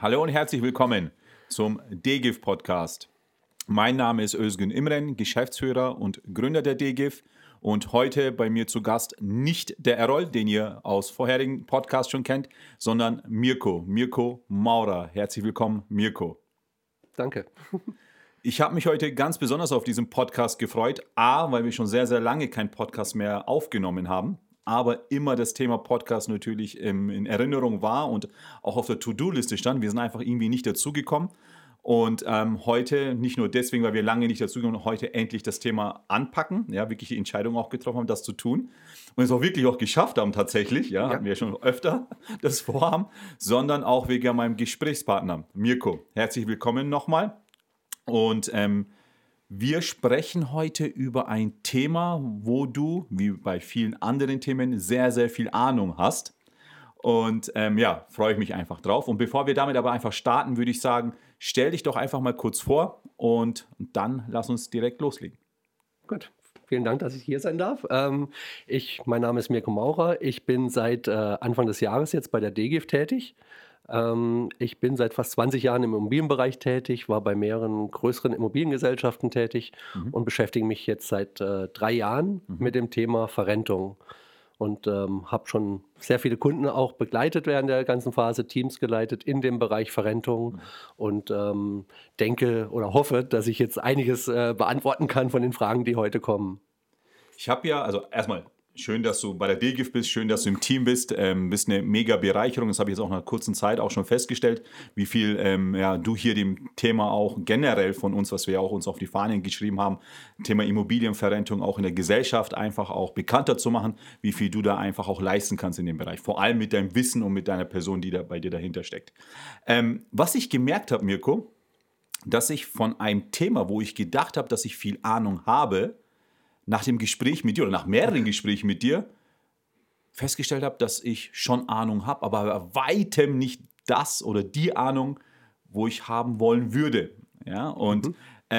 Hallo und herzlich willkommen zum DGIF Podcast. Mein Name ist Özgün Imren, Geschäftsführer und Gründer der DGIF und heute bei mir zu Gast nicht der Errol, den ihr aus vorherigen Podcasts schon kennt, sondern Mirko Maurer. Herzlich willkommen, Mirko. Danke. Ich habe mich heute ganz besonders auf diesen Podcast gefreut, weil wir schon sehr, sehr lange keinen Podcast mehr aufgenommen haben, aber immer das Thema Podcast natürlich in Erinnerung war und auch auf der To-Do-Liste stand. Wir sind einfach irgendwie nicht dazugekommen. Und heute, nicht nur deswegen, weil wir lange nicht dazugekommen, heute endlich das Thema anpacken, ja, wirklich die Entscheidung auch getroffen haben, das zu tun und es auch wirklich auch geschafft haben tatsächlich, ja, hatten wir ja schon öfter das Vorhaben, sondern auch wegen meinem Gesprächspartner, Mirko. Herzlich willkommen nochmal und wir sprechen heute über ein Thema, wo du, wie bei vielen anderen Themen, sehr, sehr viel Ahnung hast. Und freue ich mich einfach drauf. Und bevor wir damit aber einfach starten, würde ich sagen, stell dich doch einfach mal kurz vor und dann lass uns direkt loslegen. Gut, vielen Dank, dass ich hier sein darf. Mein Name ist Mirko Maurer. Ich bin seit Anfang des Jahres jetzt bei der DGIF tätig. Ich bin seit fast 20 Jahren im Immobilienbereich tätig, war bei mehreren größeren Immobiliengesellschaften tätig und beschäftige mich jetzt seit 3 Jahren mit dem Thema Verrentung. Und habe schon sehr viele Kunden auch begleitet während der ganzen Phase, Teams geleitet in dem Bereich Verrentung und denke oder hoffe, dass ich jetzt einiges beantworten kann von den Fragen, die heute kommen. Ich habe ja, also erstmal schön, dass du bei der DGIF bist, schön, dass du im Team bist, bist eine mega Bereicherung, das habe ich jetzt auch nach einer kurzen Zeit auch schon festgestellt, wie viel du hier dem Thema auch generell von uns, was wir ja auch uns auf die Fahnen geschrieben haben, Thema Immobilienverrentung auch in der Gesellschaft einfach auch bekannter zu machen, wie viel du da einfach auch leisten kannst in dem Bereich, vor allem mit deinem Wissen und mit deiner Person, die da bei dir dahinter steckt. Was ich gemerkt habe, Mirko, dass ich von einem Thema, wo ich gedacht habe, dass ich viel Ahnung habe, nach dem Gespräch mit dir oder nach mehreren Gesprächen mit dir festgestellt habe, dass ich schon Ahnung habe, aber bei weitem nicht das oder die Ahnung, wo ich haben wollen würde. Ja? Und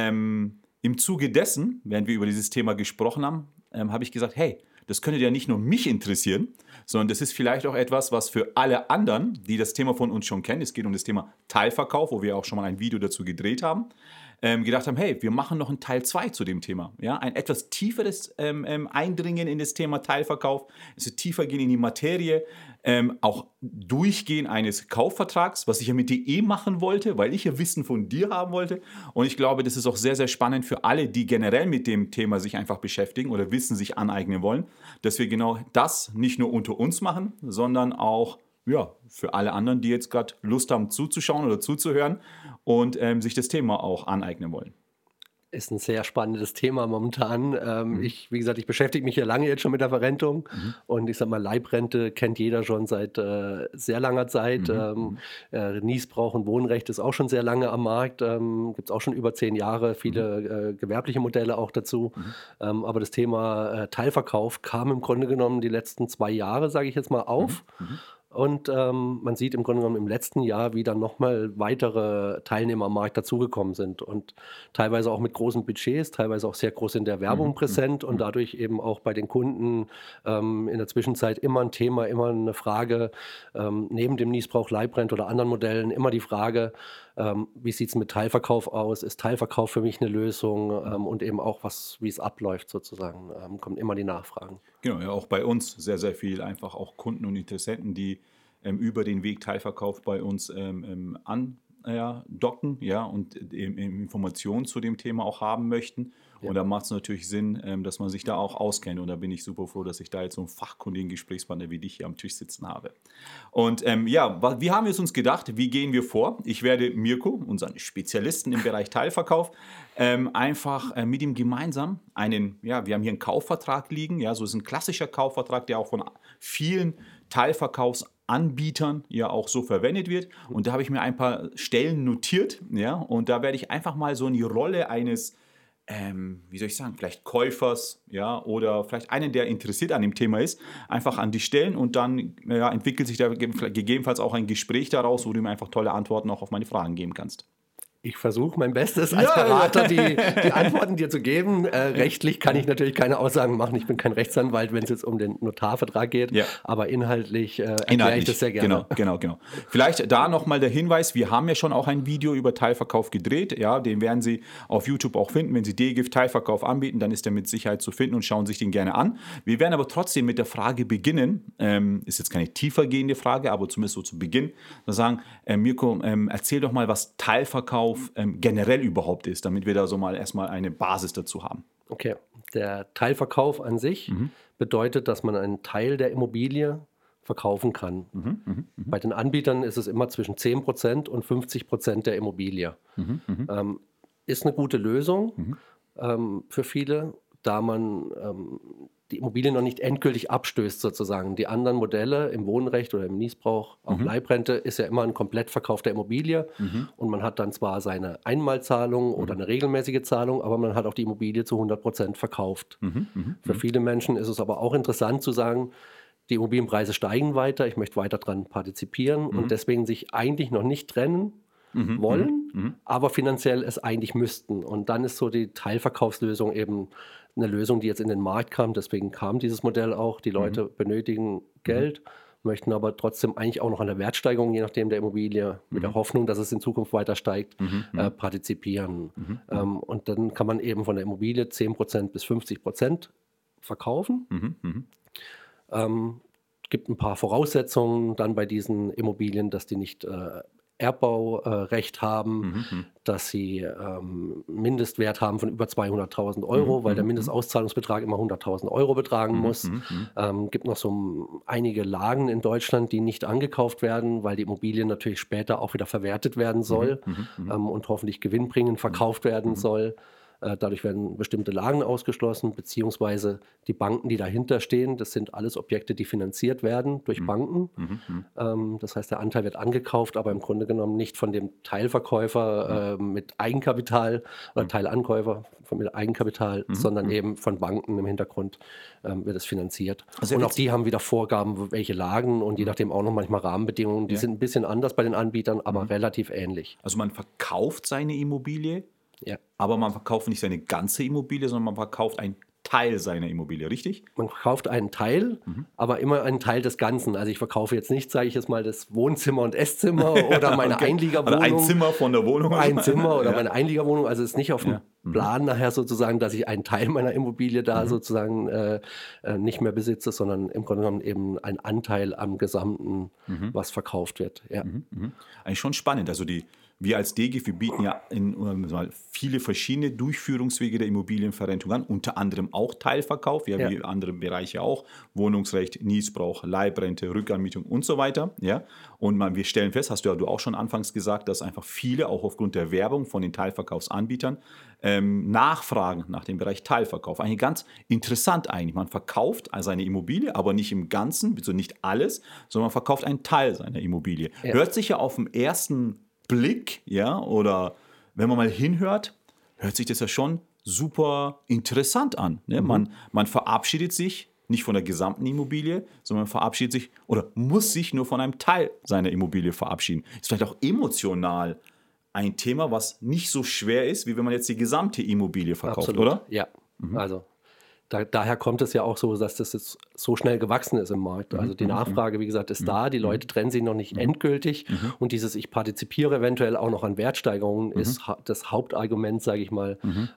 im Zuge dessen, während wir über dieses Thema gesprochen haben, habe ich gesagt, hey, das könnte ja nicht nur mich interessieren, sondern das ist vielleicht auch etwas, was für alle anderen, die das Thema von uns schon kennen, es geht um das Thema Teilverkauf, wo wir auch schon mal ein Video dazu gedreht haben, gedacht haben, hey, wir machen noch einen Teil 2 zu dem Thema. Ja? Ein etwas tieferes Eindringen in das Thema Teilverkauf, also tiefer gehen in die Materie, auch Durchgehen eines Kaufvertrags, was ich ja mit dir machen wollte, weil ich ja Wissen von dir haben wollte. Und ich glaube, das ist auch sehr, sehr spannend für alle, die generell mit dem Thema sich einfach beschäftigen oder Wissen sich aneignen wollen, dass wir genau das nicht nur unter uns machen, sondern auch für alle anderen, die jetzt gerade Lust haben zuzuschauen oder zuzuhören und sich das Thema auch aneignen wollen. Ist ein sehr spannendes Thema momentan. Wie gesagt, ich beschäftige mich ja lange jetzt schon mit der Verrentung und ich sag mal, Leibrente kennt jeder schon seit sehr langer Zeit. Niesbrauch und Wohnrecht ist auch schon sehr lange am Markt, gibt es auch schon über 10 Jahre, viele gewerbliche Modelle auch dazu. Aber das Thema Teilverkauf kam im Grunde genommen die letzten 2 Jahre, sage ich jetzt mal, auf. Und man sieht im Grunde genommen im letzten Jahr, wie dann nochmal weitere Teilnehmer am Markt dazugekommen sind und teilweise auch mit großen Budgets, teilweise auch sehr groß in der Werbung präsent und dadurch eben auch bei den Kunden in der Zwischenzeit immer ein Thema, immer eine Frage, neben dem Niesbrauch, Leibrente oder anderen Modellen, immer die Frage, wie sieht es mit Teilverkauf aus? Ist Teilverkauf für mich eine Lösung? Und eben auch, wie es abläuft sozusagen, kommen immer die Nachfragen. Genau, ja, auch bei uns sehr, sehr viel einfach auch Kunden und Interessenten, die über den Weg Teilverkauf bei uns andocken, ja, und Informationen zu dem Thema auch haben möchten. Ja. Und da macht es natürlich Sinn, dass man sich da auch auskennt. Und da bin ich super froh, dass ich da jetzt so einen fachkundigen Gesprächspartner wie dich hier am Tisch sitzen habe. Und wie haben wir es uns gedacht? Wie gehen wir vor? Ich werde Mirko, unseren Spezialisten im Bereich Teilverkauf, einfach mit ihm gemeinsam wir haben hier einen Kaufvertrag liegen. Ja, so ist ein klassischer Kaufvertrag, der auch von vielen Teilverkaufsanbietern ja auch so verwendet wird. Und da habe ich mir ein paar Stellen notiert. Ja, und da werde ich einfach mal so in die Rolle eines vielleicht Käufers, ja, oder vielleicht einen, der interessiert an dem Thema ist, einfach an dich stellen und dann entwickelt sich da gegebenenfalls auch ein Gespräch daraus, wo du mir einfach tolle Antworten auch auf meine Fragen geben kannst. Ich versuche mein Bestes als Berater, die Antworten dir zu geben. Rechtlich kann ich natürlich keine Aussagen machen. Ich bin kein Rechtsanwalt, wenn es jetzt um den Notarvertrag geht. Ja. Aber inhaltlich erkläre ich das sehr gerne. Genau. Vielleicht da nochmal der Hinweis, wir haben ja schon auch ein Video über Teilverkauf gedreht. Ja, den werden Sie auf YouTube auch finden. Wenn Sie DGIFT Teilverkauf anbieten, dann ist der mit Sicherheit zu finden und schauen sich den gerne an. Wir werden aber trotzdem mit der Frage beginnen. Ist jetzt keine tiefergehende Frage, aber zumindest so zu Beginn. Sagen, Mirko, erzähl doch mal, was Teilverkauf generell überhaupt ist, damit wir da so mal erstmal eine Basis dazu haben. Okay, der Teilverkauf an sich bedeutet, dass man einen Teil der Immobilie verkaufen kann. Bei den Anbietern ist es immer zwischen 10% und 50% der Immobilie. Ist eine gute Lösung für viele, da man die Immobilie noch nicht endgültig abstößt sozusagen. Die anderen Modelle im Wohnrecht oder im Niesbrauch, auch Leibrente, ist ja immer ein Komplettverkauf der Immobilie und man hat dann zwar seine Einmalzahlung oder eine regelmäßige Zahlung, aber man hat auch die Immobilie zu 100% verkauft. Für viele Menschen ist es aber auch interessant zu sagen, die Immobilienpreise steigen weiter, ich möchte weiter daran partizipieren und deswegen sich eigentlich noch nicht trennen wollen, aber finanziell es eigentlich müssten. Und dann ist so die Teilverkaufslösung eben eine Lösung, die jetzt in den Markt kam. Deswegen kam dieses Modell auch. Die Leute benötigen Geld, möchten aber trotzdem eigentlich auch noch an der Wertsteigerung, je nachdem der Immobilie, mit der Hoffnung, dass es in Zukunft weiter steigt, partizipieren. Und dann kann man eben von der Immobilie 10% bis 50% verkaufen. Gibt ein paar Voraussetzungen dann bei diesen Immobilien, dass die nicht Erbbaurecht haben, dass sie Mindestwert haben von über 200.000 Euro, weil der Mindestauszahlungsbetrag immer 100.000 Euro betragen muss. Gibt noch so einige Lagen in Deutschland, die nicht angekauft werden, weil die Immobilie natürlich später auch wieder verwertet werden soll und hoffentlich gewinnbringend verkauft werden soll. Dadurch werden bestimmte Lagen ausgeschlossen, beziehungsweise die Banken, die dahinter stehen, das sind alles Objekte, die finanziert werden durch Banken. Das heißt, der Anteil wird angekauft, aber im Grunde genommen nicht von dem Teilverkäufer mit Eigenkapital oder Teilankäufer mit Eigenkapital, sondern eben von Banken im Hintergrund wird es finanziert. Also und auch die haben wieder Vorgaben, welche Lagen und je nachdem auch noch manchmal Rahmenbedingungen. Die sind ein bisschen anders bei den Anbietern, aber relativ ähnlich. Also man verkauft seine Immobilie, ja, aber man verkauft nicht seine ganze Immobilie, sondern man verkauft einen Teil seiner Immobilie, richtig? Man verkauft einen Teil, aber immer einen Teil des Ganzen. Also ich verkaufe jetzt nicht, sage ich jetzt mal, das Wohnzimmer und Esszimmer oder meine Einliegerwohnung. Oder ein Zimmer von der Wohnung. Ein Zimmer oder meine Einliegerwohnung. Also es ist nicht auf dem Plan nachher sozusagen, dass ich einen Teil meiner Immobilie da sozusagen nicht mehr besitze, sondern im Grunde genommen eben ein Anteil am Gesamten, was verkauft wird. Ja. Eigentlich schon spannend. Also wir als DGIFT, wir bieten ja viele verschiedene Durchführungswege der Immobilienverrentung an, unter anderem auch Teilverkauf, wie andere Bereiche auch, Wohnungsrecht, Niesbrauch, Leibrente, Rückanmietung und so weiter. Ja? Und wir stellen fest, hast du auch schon anfangs gesagt, dass einfach viele, auch aufgrund der Werbung von den Teilverkaufsanbietern, nachfragen nach dem Bereich Teilverkauf. Eigentlich ganz interessant eigentlich. Man verkauft seine Immobilie, aber nicht im Ganzen, also nicht alles, sondern man verkauft einen Teil seiner Immobilie. Ja. Hört sich ja auf den ersten Blick, ja, oder wenn man mal hinhört, hört sich das ja schon super interessant an. Ne? Man verabschiedet sich nicht von der gesamten Immobilie, sondern man verabschiedet sich oder muss sich nur von einem Teil seiner Immobilie verabschieden. Ist vielleicht auch emotional ein Thema, was nicht so schwer ist, wie wenn man jetzt die gesamte Immobilie verkauft, absolut, oder? Ja, also daher kommt es ja auch so, dass das jetzt so schnell gewachsen ist im Markt. Also die Nachfrage, wie gesagt, ist da. Die Leute trennen sich noch nicht endgültig. Und dieses ich partizipiere eventuell auch noch an Wertsteigerungen ist das Hauptargument, sage ich mal,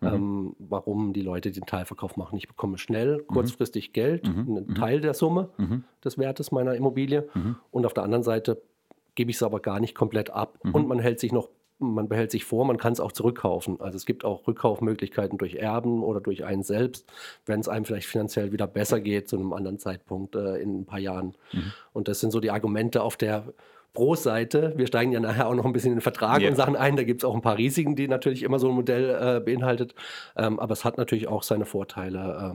warum die Leute den Teilverkauf machen. Ich bekomme schnell, kurzfristig Geld, einen Teil der Summe des Wertes meiner Immobilie. Und auf der anderen Seite gebe ich es aber gar nicht komplett ab. Und man behält sich vor, man kann es auch zurückkaufen. Also es gibt auch Rückkaufmöglichkeiten durch Erben oder durch einen selbst, wenn es einem vielleicht finanziell wieder besser geht zu einem anderen Zeitpunkt in ein paar Jahren. Und das sind so die Argumente auf der Pro-Seite. Wir steigen ja nachher auch noch ein bisschen in den Vertrag und Sachen ein. Da gibt es auch ein paar Risiken, die natürlich immer so ein Modell beinhaltet. Aber es hat natürlich auch seine Vorteile.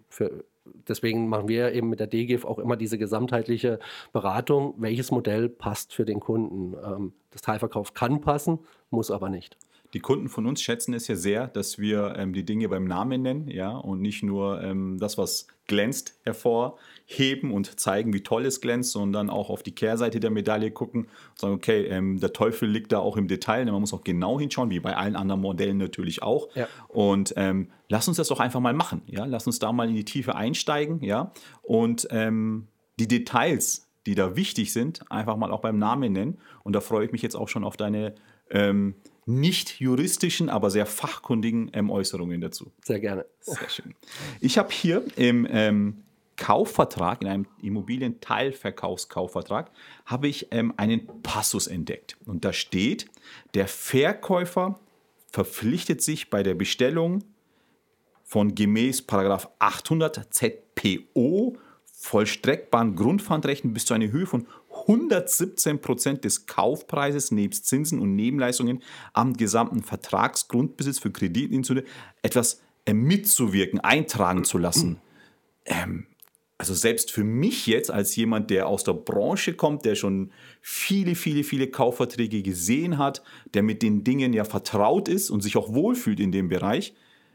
Deswegen machen wir eben mit der DGIFT auch immer diese gesamtheitliche Beratung, welches Modell passt für den Kunden. Das Teilverkauf kann passen, muss aber nicht. Die Kunden von uns schätzen es ja sehr, dass wir die Dinge beim Namen nennen, ja, und nicht nur das, was glänzt, hervorheben und zeigen, wie toll es glänzt, sondern auch auf die Kehrseite der Medaille gucken und sagen, okay, der Teufel liegt da auch im Detail, man muss auch genau hinschauen, wie bei allen anderen Modellen natürlich auch. Ja. Und lass uns das doch einfach mal machen, ja, lass uns da mal in die Tiefe einsteigen, ja, und die Details, die da wichtig sind, einfach mal auch beim Namen nennen. Und da freue ich mich jetzt auch schon auf deine nicht juristischen, aber sehr fachkundigen Äußerungen dazu. Sehr gerne. Sehr schön. Ich habe hier im Kaufvertrag, in einem Immobilienteilverkaufskaufvertrag, habe ich einen Passus entdeckt. Und da steht, der Verkäufer verpflichtet sich bei der Bestellung von gemäß § 800 ZPO vollstreckbaren Grundpfandrechten bis zu einer Höhe von 117% des Kaufpreises nebst Zinsen und Nebenleistungen am gesamten Vertragsgrundbesitz für Kreditinstitute etwas mitzuwirken, eintragen zu lassen. Also selbst für mich jetzt als jemand, der aus der Branche kommt, der schon viele Kaufverträge gesehen hat, der mit den Dingen ja vertraut ist und sich auch wohlfühlt in dem Bereich,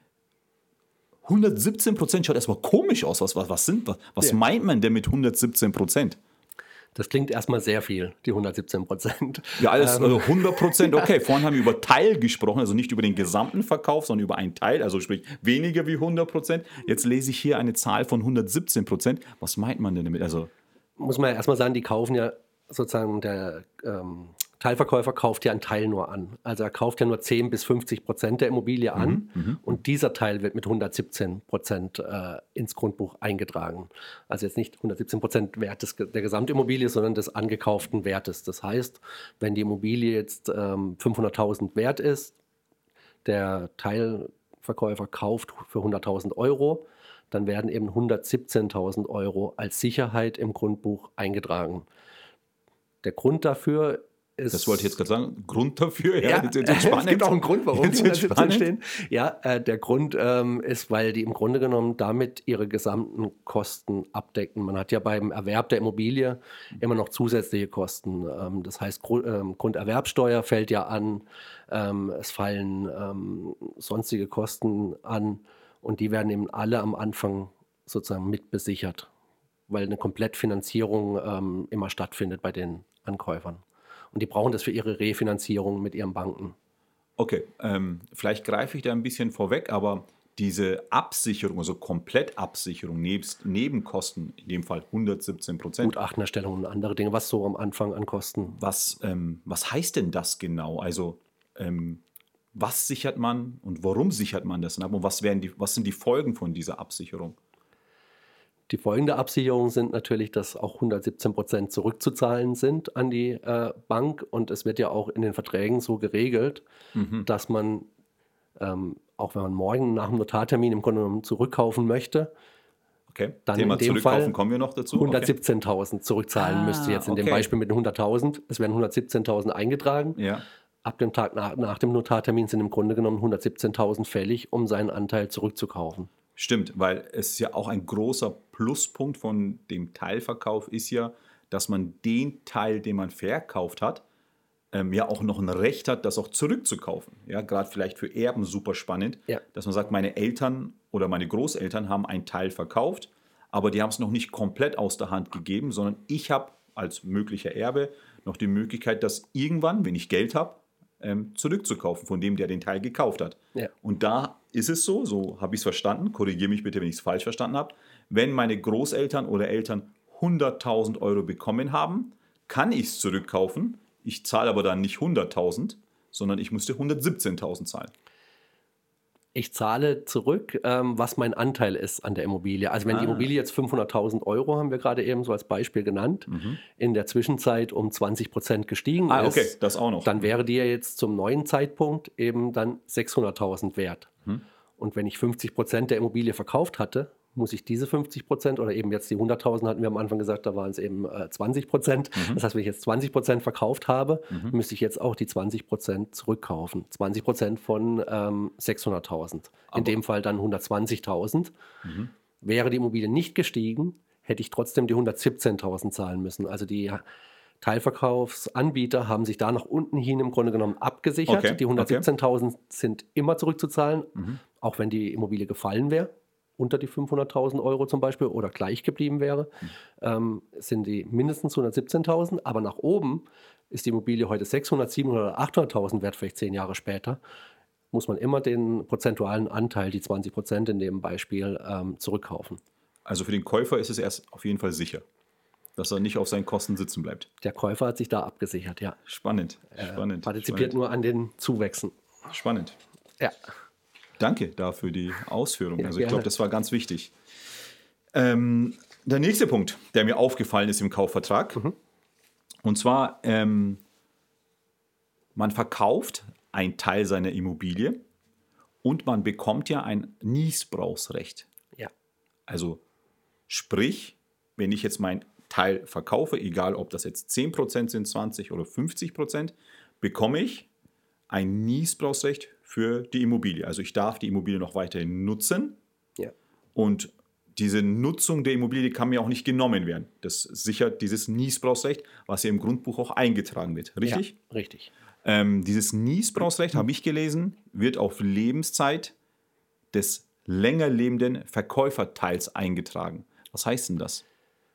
117% schaut erstmal komisch aus. Was meint man denn mit 117%? Das klingt erstmal sehr viel, die 117%. Ja, alles 100%, okay. Vorhin haben wir über Teil gesprochen, also nicht über den gesamten Verkauf, sondern über einen Teil, also sprich weniger wie 100%. Jetzt lese ich hier eine Zahl von 117%. Was meint man denn damit? Also muss man ja erstmal sagen, die kaufen ja sozusagen, der Teilverkäufer kauft ja einen Teil nur an. Also er kauft ja nur 10 bis 50% der Immobilie an und dieser Teil wird mit 117% ins Grundbuch eingetragen. Also jetzt nicht 117% Wert der Gesamtimmobilie, sondern des angekauften Wertes. Das heißt, wenn die Immobilie jetzt 500.000 wert ist, der Teilverkäufer kauft für 100.000 Euro, dann werden eben 117.000 Euro als Sicherheit im Grundbuch eingetragen. Der Grund dafür ist... Das wollte ich jetzt gerade sagen. Grund dafür? Ja, es gibt auch einen Grund, warum die 117 stehen. Ja, der Grund ist, weil die im Grunde genommen damit ihre gesamten Kosten abdecken. Man hat ja beim Erwerb der Immobilie immer noch zusätzliche Kosten. Das heißt, Grunderwerbsteuer fällt ja an, es fallen sonstige Kosten an und die werden eben alle am Anfang sozusagen mitbesichert, weil eine Komplettfinanzierung immer stattfindet bei den Ankäufern. Und die brauchen das für ihre Refinanzierung mit ihren Banken. Okay, vielleicht greife ich da ein bisschen vorweg, aber diese Absicherung, also Komplettabsicherung nebst Nebenkosten, in dem Fall 117%. Gutachtenerstellung und andere Dinge, was so am Anfang an Kosten. Was heißt denn das genau? Also was sichert man und warum sichert man das ab und was sind die Folgen von dieser Absicherung? Die Folgen der Absicherung sind natürlich, dass auch 117% zurückzuzahlen sind an die Bank. Und es wird ja auch in den Verträgen so geregelt, dass man, auch wenn man morgen nach dem Notartermin im Grunde genommen zurückkaufen möchte, dann Thema in dem zurückkaufen Fall kommen wir noch dazu. 117.000 zurückzahlen müsste jetzt in dem Beispiel mit den 100.000. Es werden 117.000 eingetragen. Ja. Ab dem Tag nach dem Notartermin sind im Grunde genommen 117.000 fällig, um seinen Anteil zurückzukaufen. Stimmt, weil es ja auch ein großer Pluspunkt von dem Teilverkauf ist ja, dass man den Teil, den man verkauft hat, ja auch noch ein Recht hat, das auch zurückzukaufen. Ja, gerade vielleicht für Erben super spannend, dass man sagt, meine Eltern oder meine Großeltern haben einen Teil verkauft, aber die haben es noch nicht komplett aus der Hand gegeben, sondern ich habe als möglicher Erbe noch die Möglichkeit, das irgendwann, wenn ich Geld habe, zurückzukaufen von dem, der den Teil gekauft hat. Ja. Und da ist es so habe ich es verstanden, korrigiere mich bitte, wenn ich es falsch verstanden habe, wenn meine Großeltern oder Eltern 100.000 Euro bekommen haben, kann ich es zurückkaufen, ich zahle aber dann nicht 100.000, sondern ich musste 117.000 zahlen. Ich zahle zurück, was mein Anteil ist an der Immobilie. Also wenn die Immobilie jetzt 500.000 Euro, haben wir gerade eben so als Beispiel genannt, in der Zwischenzeit um 20% gestiegen ist, okay, das auch noch. Dann wäre die ja jetzt zum neuen Zeitpunkt eben dann 600.000 wert. Und wenn ich 50% der Immobilie verkauft hatte, muss ich diese 50% oder eben jetzt die 100.000 hatten wir am Anfang gesagt, da waren es eben 20%. Das heißt, wenn ich jetzt 20% verkauft habe, müsste ich jetzt auch die 20% zurückkaufen. 20% von 600.000. In dem Fall dann 120.000. Wäre die Immobilie nicht gestiegen, hätte ich trotzdem die 117.000 zahlen müssen. Also die Teilverkaufsanbieter haben sich da nach unten hin im Grunde genommen abgesichert. Okay, Die 117.000 sind immer zurückzuzahlen, auch wenn die Immobilie gefallen wäre, unter die 500.000 Euro zum Beispiel oder gleich geblieben wäre, sind die mindestens 117.000. Aber nach oben ist die Immobilie heute 600, 700 oder 800.000 wert, vielleicht 10 Jahre später, muss man immer den prozentualen Anteil, die 20% in dem Beispiel, zurückkaufen. Also für den Käufer ist es erst auf jeden Fall sicher, dass er nicht auf seinen Kosten sitzen bleibt. Der Käufer hat sich da abgesichert, ja. Spannend. Partizipiert nur an den Zuwächsen. Spannend. Ja. Danke dafür die Ausführung. Ja, Also ich gerne. glaube, das war ganz wichtig. Der nächste Punkt, der mir aufgefallen ist im Kaufvertrag, und zwar, man verkauft einen Teil seiner Immobilie und man bekommt ja ein Niesbrauchsrecht. Ja. Also sprich, wenn ich jetzt meinen Teil verkaufe, egal ob das jetzt 10% sind, 20 oder 50%, bekomme ich ein Niesbrauchsrecht für die Immobilie. Also ich darf die Immobilie noch weiterhin nutzen Ja. und diese Nutzung der Immobilie kann mir auch nicht genommen werden. Das sichert dieses Niesbrauchsrecht, was hier im Grundbuch auch eingetragen wird. Richtig? Ja, richtig. Dieses Niesbrauchsrecht, habe ich gelesen, wird auf Lebenszeit des länger lebenden Verkäuferteils eingetragen. Was heißt denn das?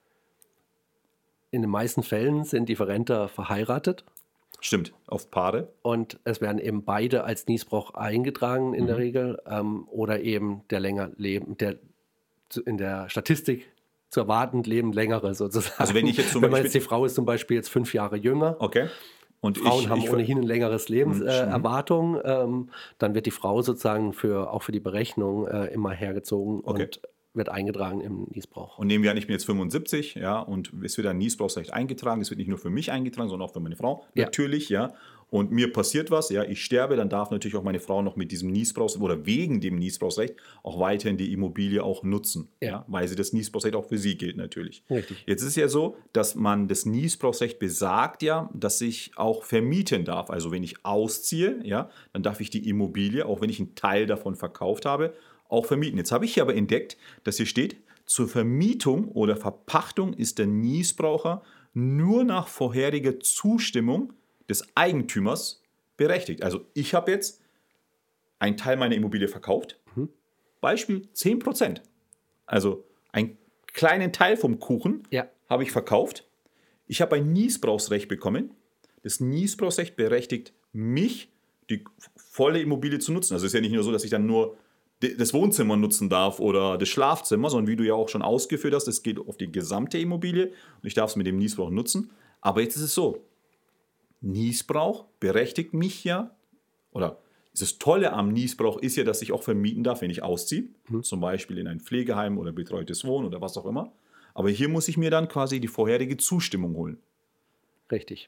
In den meisten Fällen sind die Verrenter verheiratet Stimmt, auf Paare. und es werden eben beide als Niesbrauch eingetragen in der Regel, oder eben der länger leben, der in der Statistik zu erwartend lebend längere sozusagen. Also wenn ich jetzt zum wenn man Beispiel- jetzt, die Frau ist zum Beispiel jetzt 5 Jahre jünger, Okay. Und Frauen haben ich ohnehin ein längeres Lebenserwartung, dann wird die Frau sozusagen auch für die Berechnung immer hergezogen Okay. und wird eingetragen im Niesbrauch. Und nehmen wir an, ich bin jetzt 75, ja, und es wird ein Niesbrauchsrecht eingetragen. Es wird nicht nur für mich eingetragen, sondern auch für meine Frau. Ja. Natürlich, ja. Und mir passiert was, ja, ich sterbe, dann darf natürlich auch meine Frau noch mit diesem Niesbrauchsrecht oder wegen dem Niesbrauchsrecht auch weiterhin die Immobilie auch nutzen. Ja. Weil sie das Niesbrauchsrecht auch für sie gilt natürlich. Richtig. Jetzt ist es ja so, dass man das Niesbrauchsrecht besagt ja, dass ich auch vermieten darf. Also wenn ich ausziehe, ja, dann darf ich die Immobilie, auch wenn ich einen Teil davon verkauft habe, auch vermieten. Jetzt habe ich hier aber entdeckt, dass hier steht, zur Vermietung oder Verpachtung ist der Niesbraucher nur nach vorheriger Zustimmung des Eigentümers berechtigt. Also ich habe jetzt einen Teil meiner Immobilie verkauft, Beispiel 10%. Also einen kleinen Teil vom Kuchen Ja. habe ich verkauft. Ich habe ein Niesbrauchsrecht bekommen. Das Niesbrauchsrecht berechtigt mich, die volle Immobilie zu nutzen. Also es ist ja nicht nur so, dass ich dann nur das Wohnzimmer nutzen darf oder das Schlafzimmer, sondern wie du ja auch schon ausgeführt hast, es geht auf die gesamte Immobilie und ich darf es mit dem Niesbrauch nutzen. Aber jetzt ist es so, Niesbrauch berechtigt mich ja, oder das Tolle am Niesbrauch ist ja, dass ich auch vermieten darf, wenn ich ausziehe, zum Beispiel in ein Pflegeheim oder betreutes Wohnen oder was auch immer. Aber hier muss ich mir dann quasi die vorherige Zustimmung holen. Richtig.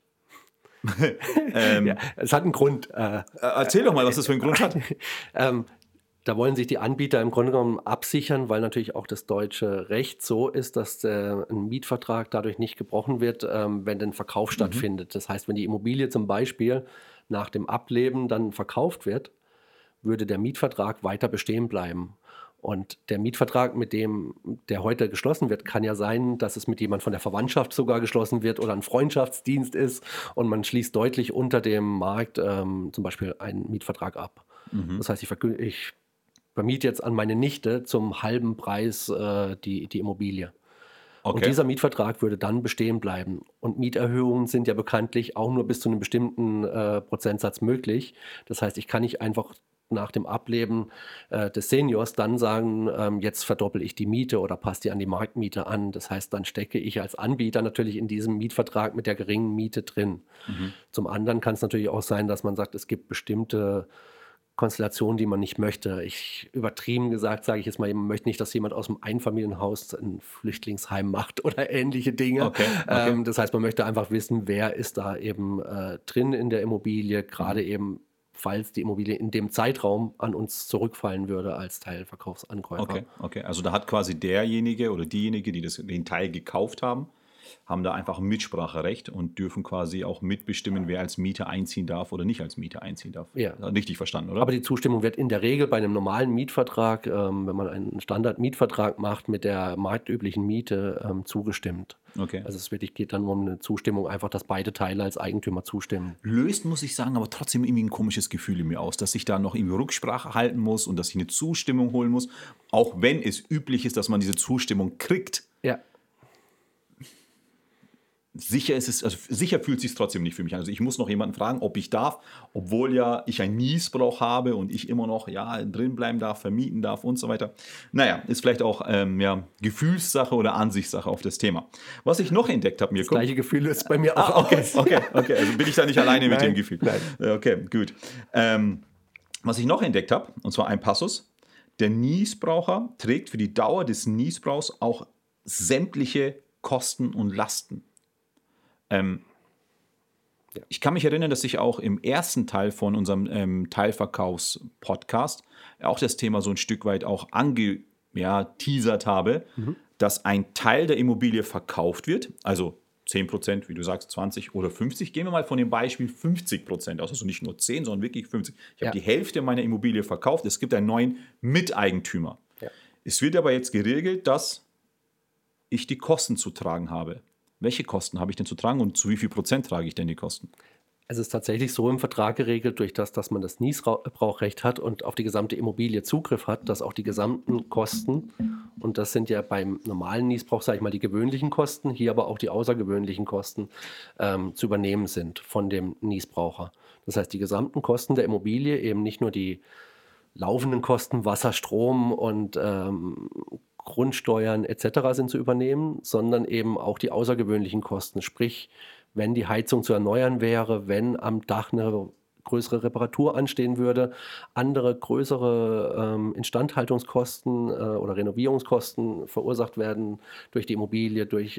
Ja, es hat einen Grund. Erzähl doch mal, was das für einen Grund hat. Da wollen sich die Anbieter im Grunde genommen absichern, weil natürlich auch das deutsche Recht so ist, dass ein Mietvertrag dadurch nicht gebrochen wird, wenn ein Verkauf stattfindet. Das heißt, wenn die Immobilie zum Beispiel nach dem Ableben dann verkauft wird, würde der Mietvertrag weiter bestehen bleiben. Und der Mietvertrag, der heute geschlossen wird, kann ja sein, dass es mit jemand von der Verwandtschaft sogar geschlossen wird oder ein Freundschaftsdienst ist und man schließt deutlich unter dem Markt zum Beispiel einen Mietvertrag ab. Das heißt, ich vermiete jetzt an meine Nichte zum halben Preis die Immobilie. Und Okay. dieser Mietvertrag würde dann bestehen bleiben. Und Mieterhöhungen sind ja bekanntlich auch nur bis zu einem bestimmten Prozentsatz möglich. Das heißt, ich kann nicht einfach nach dem Ableben des Seniors dann sagen, jetzt verdoppel ich die Miete oder passe die an die Marktmiete an. Das heißt, dann stecke ich als Anbieter natürlich in diesem Mietvertrag mit der geringen Miete drin. Zum anderen kann es natürlich auch sein, dass man sagt, es gibt bestimmte Konstellationen, die man nicht möchte. Übertrieben gesagt, sage ich jetzt mal, man möchte nicht, dass jemand aus dem Einfamilienhaus ein Flüchtlingsheim macht oder ähnliche Dinge. Okay, okay. Das heißt, man möchte einfach wissen, wer ist da eben drin in der Immobilie, gerade eben, falls die Immobilie in dem Zeitraum an uns zurückfallen würde als Teilverkaufsankäufer. Okay. Also da hat quasi derjenige oder diejenige, die den Teil gekauft haben, haben da einfach ein Mitspracherecht und dürfen quasi auch mitbestimmen, wer als Mieter einziehen darf oder nicht als Mieter einziehen darf. Ja. Richtig verstanden, oder? Aber die Zustimmung wird in der Regel bei einem normalen Mietvertrag, wenn man einen Standardmietvertrag macht, mit der marktüblichen Miete zugestimmt. Okay. Also es wirklich geht dann um eine Zustimmung, einfach, dass beide Teile als Eigentümer zustimmen. Löst, muss ich sagen, aber trotzdem irgendwie ein komisches Gefühl in mir aus, dass ich da noch irgendwie Rücksprache halten muss und dass ich eine Zustimmung holen muss, auch wenn es üblich ist, dass man diese Zustimmung kriegt. Ja. Sicher fühlt es sich trotzdem nicht für mich an. Also ich muss noch jemanden fragen, ob ich darf, obwohl ja ich einen Niesbrauch habe und ich immer noch drin bleiben darf, vermieten darf und so weiter. Naja, ist vielleicht auch Gefühlssache oder Ansichtssache auf das Thema. Was ich noch entdeckt habe, Mirko. Das gleiche Gefühl ist bei mir auch. Okay. Also bin ich da nicht alleine mit dem Gefühl. Nein. Okay, gut. Was ich noch entdeckt habe, und zwar ein Passus: Der Niesbraucher trägt für die Dauer des Niesbrauchs auch sämtliche Kosten und Lasten. Ich kann mich erinnern, dass ich auch im ersten Teil von unserem Teilverkaufs-Podcast auch das Thema so ein Stück weit auch angeteasert habe, dass ein Teil der Immobilie verkauft wird, also 10%, wie du sagst, 20 oder 50. Gehen wir mal von dem Beispiel 50% aus, also nicht nur 10, sondern wirklich 50. Ich habe die Hälfte meiner Immobilie verkauft, es gibt einen neuen Miteigentümer. Ja. Es wird aber jetzt geregelt, dass ich die Kosten zu tragen habe. Welche Kosten habe ich denn zu tragen und zu wie viel Prozent trage ich denn die Kosten? Es ist tatsächlich so im Vertrag geregelt, durch das, dass man das Niesbrauchrecht hat und auf die gesamte Immobilie Zugriff hat, dass auch die gesamten Kosten, und das sind ja beim normalen Niesbrauch, sage ich mal, die gewöhnlichen Kosten, hier aber auch die außergewöhnlichen Kosten zu übernehmen sind von dem Niesbraucher. Das heißt, die gesamten Kosten der Immobilie, eben nicht nur die laufenden Kosten, Wasser, Strom und Grundsteuern etc. sind zu übernehmen, sondern eben auch die außergewöhnlichen Kosten. Sprich, wenn die Heizung zu erneuern wäre, wenn am Dach eine größere Reparatur anstehen würde, andere größere Instandhaltungskosten oder Renovierungskosten verursacht werden durch die Immobilie, durch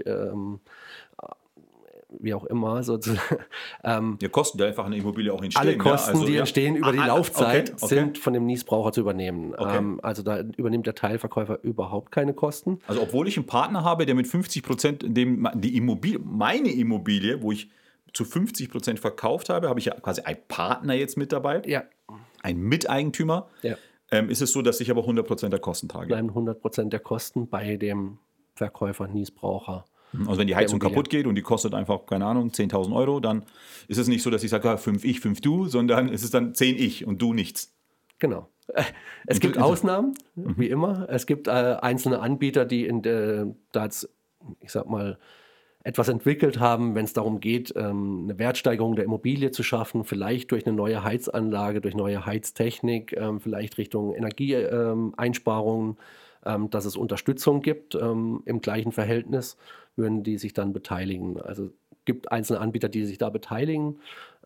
wie auch immer, sozusagen. Kosten, die einfach eine Immobilie auch entstehen. Alle Kosten, die entstehen über die Laufzeit, sind von dem Niesbraucher zu übernehmen. Okay. Also da übernimmt der Teilverkäufer überhaupt keine Kosten. Also obwohl ich einen Partner habe, der mit 50% meine Immobilie, wo ich zu 50% verkauft habe, habe ich ja quasi einen Partner jetzt mit dabei. Ja. Ein Miteigentümer. Ja. Ist es so, dass ich aber 100% der Kosten trage? Bleiben 100% der Kosten bei dem Verkäufer, Niesbraucher. Also wenn die Heizung kaputt geht und die kostet einfach, keine Ahnung, 10.000 Euro, dann ist es nicht so, dass ich sage, 5 ich, 5 du, sondern ist es dann 10 ich und du nichts. Genau. Es gibt Ausnahmen, wie immer. Es gibt einzelne Anbieter, die ich sag mal, etwas entwickelt haben, wenn es darum geht, eine Wertsteigerung der Immobilie zu schaffen, vielleicht durch eine neue Heizanlage, durch neue Heiztechnik, vielleicht Richtung Energieeinsparungen, dass es Unterstützung gibt im gleichen Verhältnis, würden die sich dann beteiligen. Also es gibt einzelne Anbieter, die sich da beteiligen,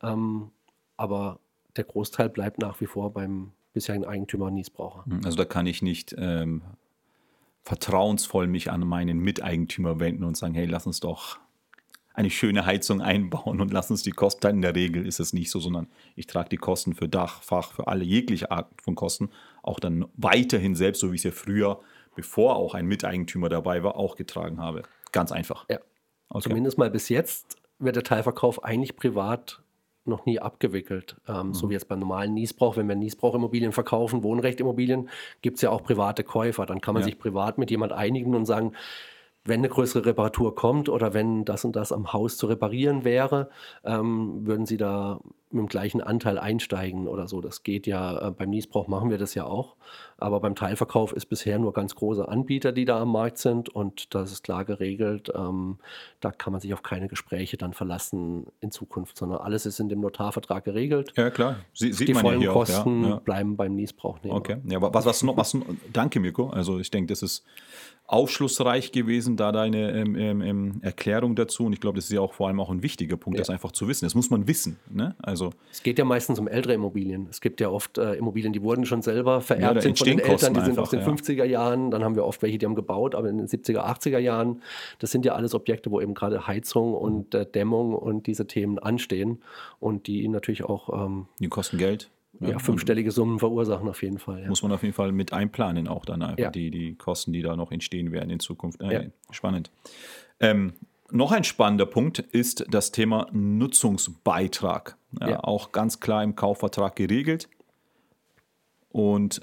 aber der Großteil bleibt nach wie vor beim bisherigen Eigentümer Niesbraucher. Also da kann ich nicht vertrauensvoll mich an meinen Miteigentümer wenden und sagen, hey, lass uns doch eine schöne Heizung einbauen und lass uns die Kosten. In der Regel ist es nicht so, sondern ich trage die Kosten für Dach, Fach, für alle jegliche Art von Kosten auch dann weiterhin selbst, so wie ich es ja früher, bevor auch ein Miteigentümer dabei war, auch getragen habe. Ganz einfach. Ja. Okay. Zumindest mal bis jetzt wird der Teilverkauf eigentlich privat noch nie abgewickelt. So wie jetzt beim normalen Niesbrauch. Wenn wir Niesbrauchimmobilien verkaufen, Wohnrechtimmobilien, gibt es ja auch private Käufer. Dann kann man sich privat mit jemand einigen und sagen, wenn eine größere Reparatur kommt oder wenn das und das am Haus zu reparieren wäre, würden Sie da mit dem gleichen Anteil einsteigen oder so. Das geht ja, beim Niesbrauch machen wir das ja auch. Aber beim Teilverkauf ist bisher nur ganz große Anbieter, die da am Markt sind, und das ist klar geregelt. Da kann man sich auf keine Gespräche dann verlassen in Zukunft, sondern alles ist in dem Notarvertrag geregelt. Ja, klar. Sieht die man vollen ja hier Kosten auch, ja. bleiben beim Niesbrauchnehmer. Okay. Ja, aber danke, Mirko. Also ich denke, das ist aufschlussreich gewesen, da deine Erklärung dazu. Und ich glaube, das ist ja auch vor allem auch ein wichtiger Punkt, das einfach zu wissen. Das muss man wissen. Ne? Also, es geht ja meistens um ältere Immobilien. Es gibt ja oft Immobilien, die wurden schon selber vererbt, sind von den Eltern, die sind aus den 50er Jahren. Dann haben wir oft welche, die haben gebaut, aber in den 70er, 80er Jahren. Das sind ja alles Objekte, wo eben gerade Heizung und Dämmung und diese Themen anstehen. Und die natürlich auch die kosten Geld. Ja, fünfstellige Summen verursachen auf jeden Fall. Ja. Muss man auf jeden Fall mit einplanen, auch dann einfach die Kosten, die da noch entstehen werden in Zukunft. Spannend. noch ein spannender Punkt ist das Thema Nutzungsbeitrag. Ja, Ja. auch ganz klar im Kaufvertrag geregelt. Und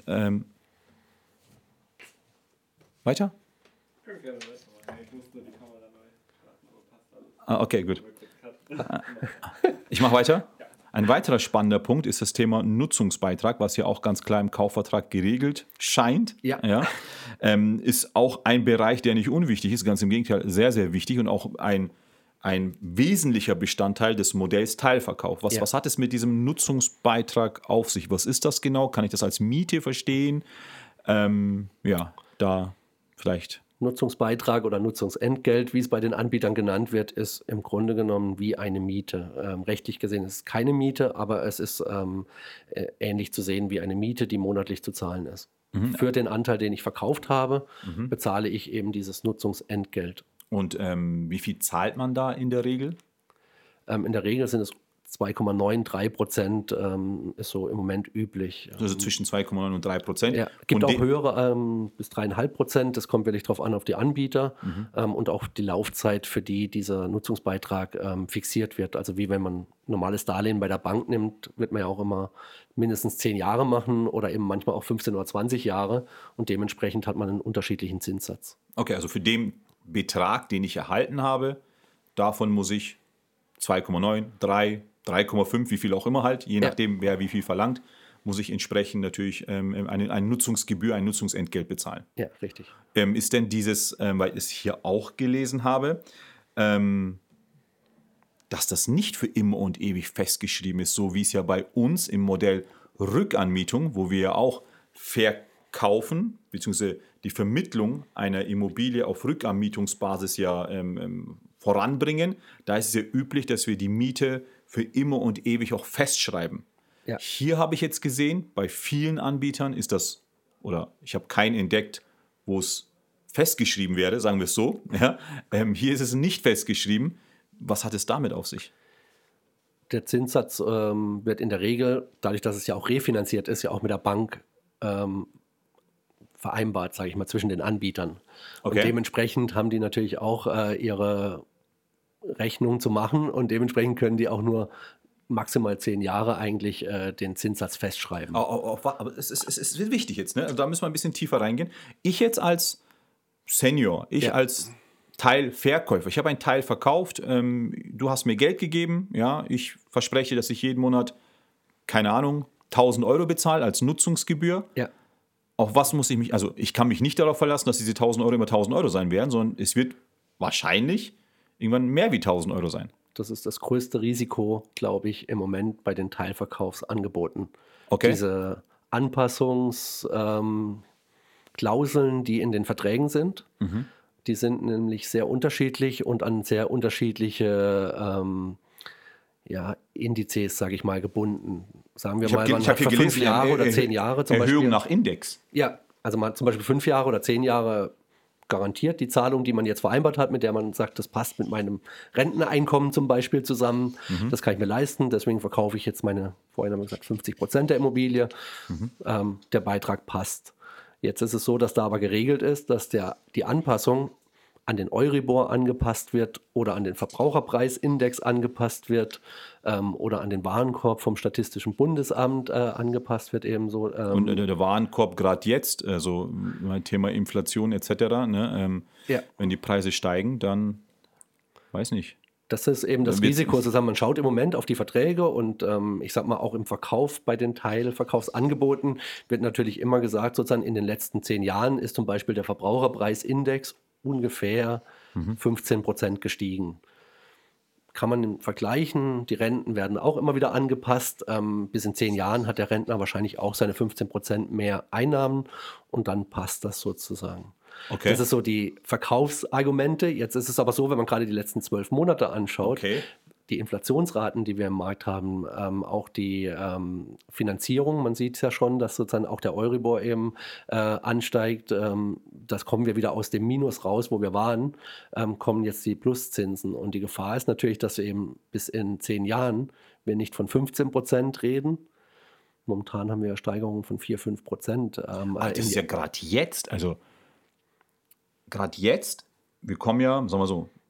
weiter? Okay, gut. Ich mache weiter. Ein weiterer spannender Punkt ist das Thema Nutzungsbeitrag, was ja auch ganz klar im Kaufvertrag geregelt scheint. Ja. Ist auch ein Bereich, der nicht unwichtig ist, ganz im Gegenteil, sehr, sehr wichtig und auch ein wesentlicher Bestandteil des Modells Teilverkauf. Was hat es mit diesem Nutzungsbeitrag auf sich? Was ist das genau? Kann ich das als Miete verstehen? Da vielleicht. Nutzungsbeitrag oder Nutzungsentgelt, wie es bei den Anbietern genannt wird, ist im Grunde genommen wie eine Miete. Rechtlich gesehen ist es keine Miete, aber es ist ähnlich zu sehen wie eine Miete, die monatlich zu zahlen ist. Für den Anteil, den ich verkauft habe, bezahle ich eben dieses Nutzungsentgelt. Und wie viel zahlt man da in der Regel? In der Regel sind es 2,93%, ist so im Moment üblich. Also zwischen 2,9 und 3%. Ja, gibt auch höhere bis 3,5%. Das kommt wirklich drauf an auf die Anbieter und auch die Laufzeit, für die dieser Nutzungsbeitrag fixiert wird. Also wie wenn man normales Darlehen bei der Bank nimmt, wird man ja auch immer mindestens 10 Jahre machen oder eben manchmal auch 15 oder 20 Jahre und dementsprechend hat man einen unterschiedlichen Zinssatz. Okay, also für den Betrag, den ich erhalten habe, davon muss ich 2,9, 3, 3,5, wie viel auch immer halt, je nachdem, wer wie viel verlangt, muss ich entsprechend natürlich eine Nutzungsgebühr, ein Nutzungsentgelt bezahlen. Ja, richtig. Ist denn dieses, weil ich es hier auch gelesen habe, dass das nicht für immer und ewig festgeschrieben ist, so wie es ja bei uns im Modell Rückanmietung, wo wir ja auch verkaufen, beziehungsweise die Vermittlung einer Immobilie auf Rückanmietungsbasis ja voranbringen. Da ist es ja üblich, dass wir die Miete für immer und ewig auch festschreiben. Ja. Hier habe ich jetzt gesehen, bei vielen Anbietern ist das, oder ich habe keinen entdeckt, wo es festgeschrieben wäre, sagen wir es so. Ja. Hier ist es nicht festgeschrieben. Was hat es damit auf sich? Der Zinssatz wird in der Regel, dadurch, dass es ja auch refinanziert ist, ja auch mit der Bank vereinbart, sage ich mal, zwischen den Anbietern. Okay. Und dementsprechend haben die natürlich auch ihre Rechnung zu machen und dementsprechend können die auch nur maximal 10 Jahre eigentlich den Zinssatz festschreiben. Aber es ist wichtig jetzt, ne? Also da müssen wir ein bisschen tiefer reingehen. Ich jetzt als Senior, als Teilverkäufer, ich habe einen Teil verkauft, du hast mir Geld gegeben, ja, ich verspreche, dass ich jeden Monat, keine Ahnung, 1.000 Euro bezahle als Nutzungsgebühr. Ja. Auf was muss ich mich, also ich kann mich nicht darauf verlassen, dass diese 1.000 Euro immer 1.000 Euro sein werden, sondern es wird wahrscheinlich irgendwann mehr wie 1.000 Euro sein. Das ist das größte Risiko, glaube ich, im Moment bei den Teilverkaufsangeboten. Okay. Diese Anpassungsklauseln, die in den Verträgen sind, die sind nämlich sehr unterschiedlich und an sehr unterschiedliche Indizes, sage ich mal, gebunden. Sagen wir mal, man hat für 5 Jahre oder 10 Jahre zum Erhöhung Beispiel. nach Index. Ja, also man hat zum Beispiel 5 Jahre oder 10 Jahre garantiert die Zahlung, die man jetzt vereinbart hat, mit der man sagt, das passt mit meinem Renteneinkommen zum Beispiel zusammen. Das kann ich mir leisten, deswegen verkaufe ich jetzt vorhin haben wir gesagt, 50% der Immobilie. Der Beitrag passt. Jetzt ist es so, dass da aber geregelt ist, dass die Anpassung an den Euribor angepasst wird oder an den Verbraucherpreisindex angepasst wird oder an den Warenkorb vom Statistischen Bundesamt angepasst wird ebenso. Und der Warenkorb gerade jetzt, also mein Thema Inflation etc., ne, wenn die Preise steigen, dann weiß nicht. Das ist eben das Risiko zusammen. Man schaut im Moment auf die Verträge und ich sag mal auch im Verkauf bei den Teilverkaufsangeboten wird natürlich immer gesagt, sozusagen in den letzten 10 Jahren ist zum Beispiel der Verbraucherpreisindex ungefähr 15% gestiegen. Kann man vergleichen, die Renten werden auch immer wieder angepasst. Bis in 10 Jahren hat der Rentner wahrscheinlich auch seine 15% mehr Einnahmen und dann passt das sozusagen. Okay. Das ist so die Verkaufsargumente. Jetzt ist es aber so, wenn man gerade die letzten 12 Monate anschaut, die Inflationsraten, die wir im Markt haben, auch die Finanzierung, man sieht es ja schon, dass sozusagen auch der Euribor eben ansteigt. Das kommen wir wieder aus dem Minus raus, wo wir waren, kommen jetzt die Pluszinsen. Und die Gefahr ist natürlich, dass wir eben bis in 10 Jahren wir nicht von 15% reden. Momentan haben wir Steigerungen von 4-5%. Das ist ja gerade jetzt, also gerade jetzt, wir kommen ja, sagen wir so,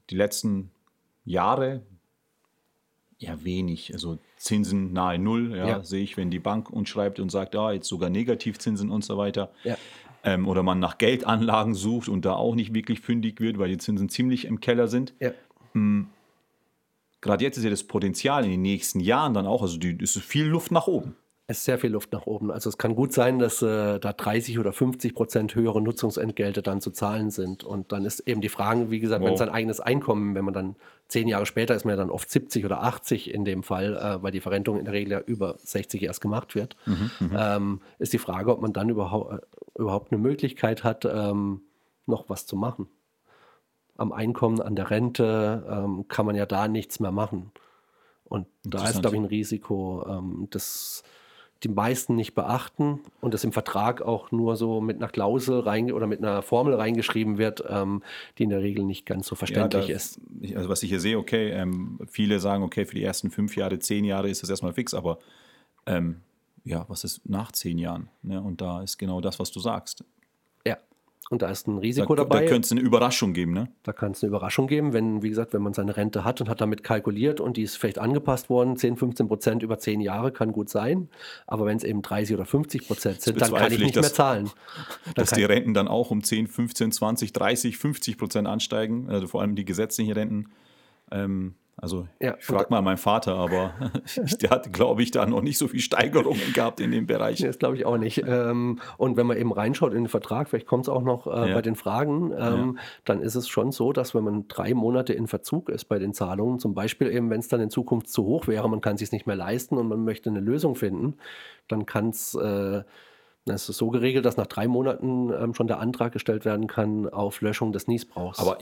die letzten Jahre ja wenig. Also Zinsen nahe Null, ja, Ja. sehe ich, wenn die Bank uns schreibt und sagt, jetzt sogar Negativzinsen und so weiter. Ja. Oder man nach Geldanlagen sucht und da auch nicht wirklich fündig wird, weil die Zinsen ziemlich im Keller sind. Ja. Gerade jetzt ist ja das Potenzial in den nächsten Jahren dann auch, also es ist viel Luft nach oben. Es ist sehr viel Luft nach oben. Also es kann gut sein, dass da 30 oder 50% höhere Nutzungsentgelte dann zu zahlen sind. Und dann ist eben die Frage, wie gesagt, wenn Wow. sein eigenes Einkommen, wenn man dann 10 Jahre später ist man ja dann oft 70 oder 80 in dem Fall, weil die Verrentung in der Regel ja über 60 erst gemacht wird, ist die Frage, ob man dann überhaupt eine Möglichkeit hat, noch was zu machen. Am Einkommen, an der Rente kann man ja da nichts mehr machen. Und da ist, Interessant. glaube ich, ein Risiko, das die meisten nicht beachten und das im Vertrag auch nur so mit einer Klausel oder mit einer Formel reingeschrieben wird, die in der Regel nicht ganz so verständlich ist. Also was ich hier sehe, okay, viele sagen, okay, für die ersten 5 Jahre, 10 Jahre ist das erstmal fix, aber was ist nach 10 Jahren? Ne? Und da ist genau das, was du sagst. Ja, und da ist ein Risiko Da dabei. könnte es eine Überraschung geben, ne? Da kann es eine Überraschung geben, wenn, wie gesagt, wenn man seine Rente hat und hat damit kalkuliert und die ist vielleicht angepasst worden, 10-15% über 10 Jahre kann gut sein, aber wenn es eben 30 oder 50% sind, dann kann ich nicht mehr zahlen. Dass die Renten dann auch um 10, 15, 20, 30, 50% ansteigen, also vor allem die gesetzlichen Renten. Ich frage mal meinen Vater, aber der hat, glaube ich, da noch nicht so viel Steigerungen gehabt in dem Bereich. Das glaube ich auch nicht. Und wenn man eben reinschaut in den Vertrag, vielleicht kommt es auch noch bei den Fragen, dann ist es schon so, dass wenn man 3 Monate in Verzug ist bei den Zahlungen, zum Beispiel eben, wenn es dann in Zukunft zu hoch wäre, man kann es sich nicht mehr leisten und man möchte eine Lösung finden, dann kann es das ist so geregelt, dass nach 3 Monaten schon der Antrag gestellt werden kann auf Löschung des Niesbrauchs. Aber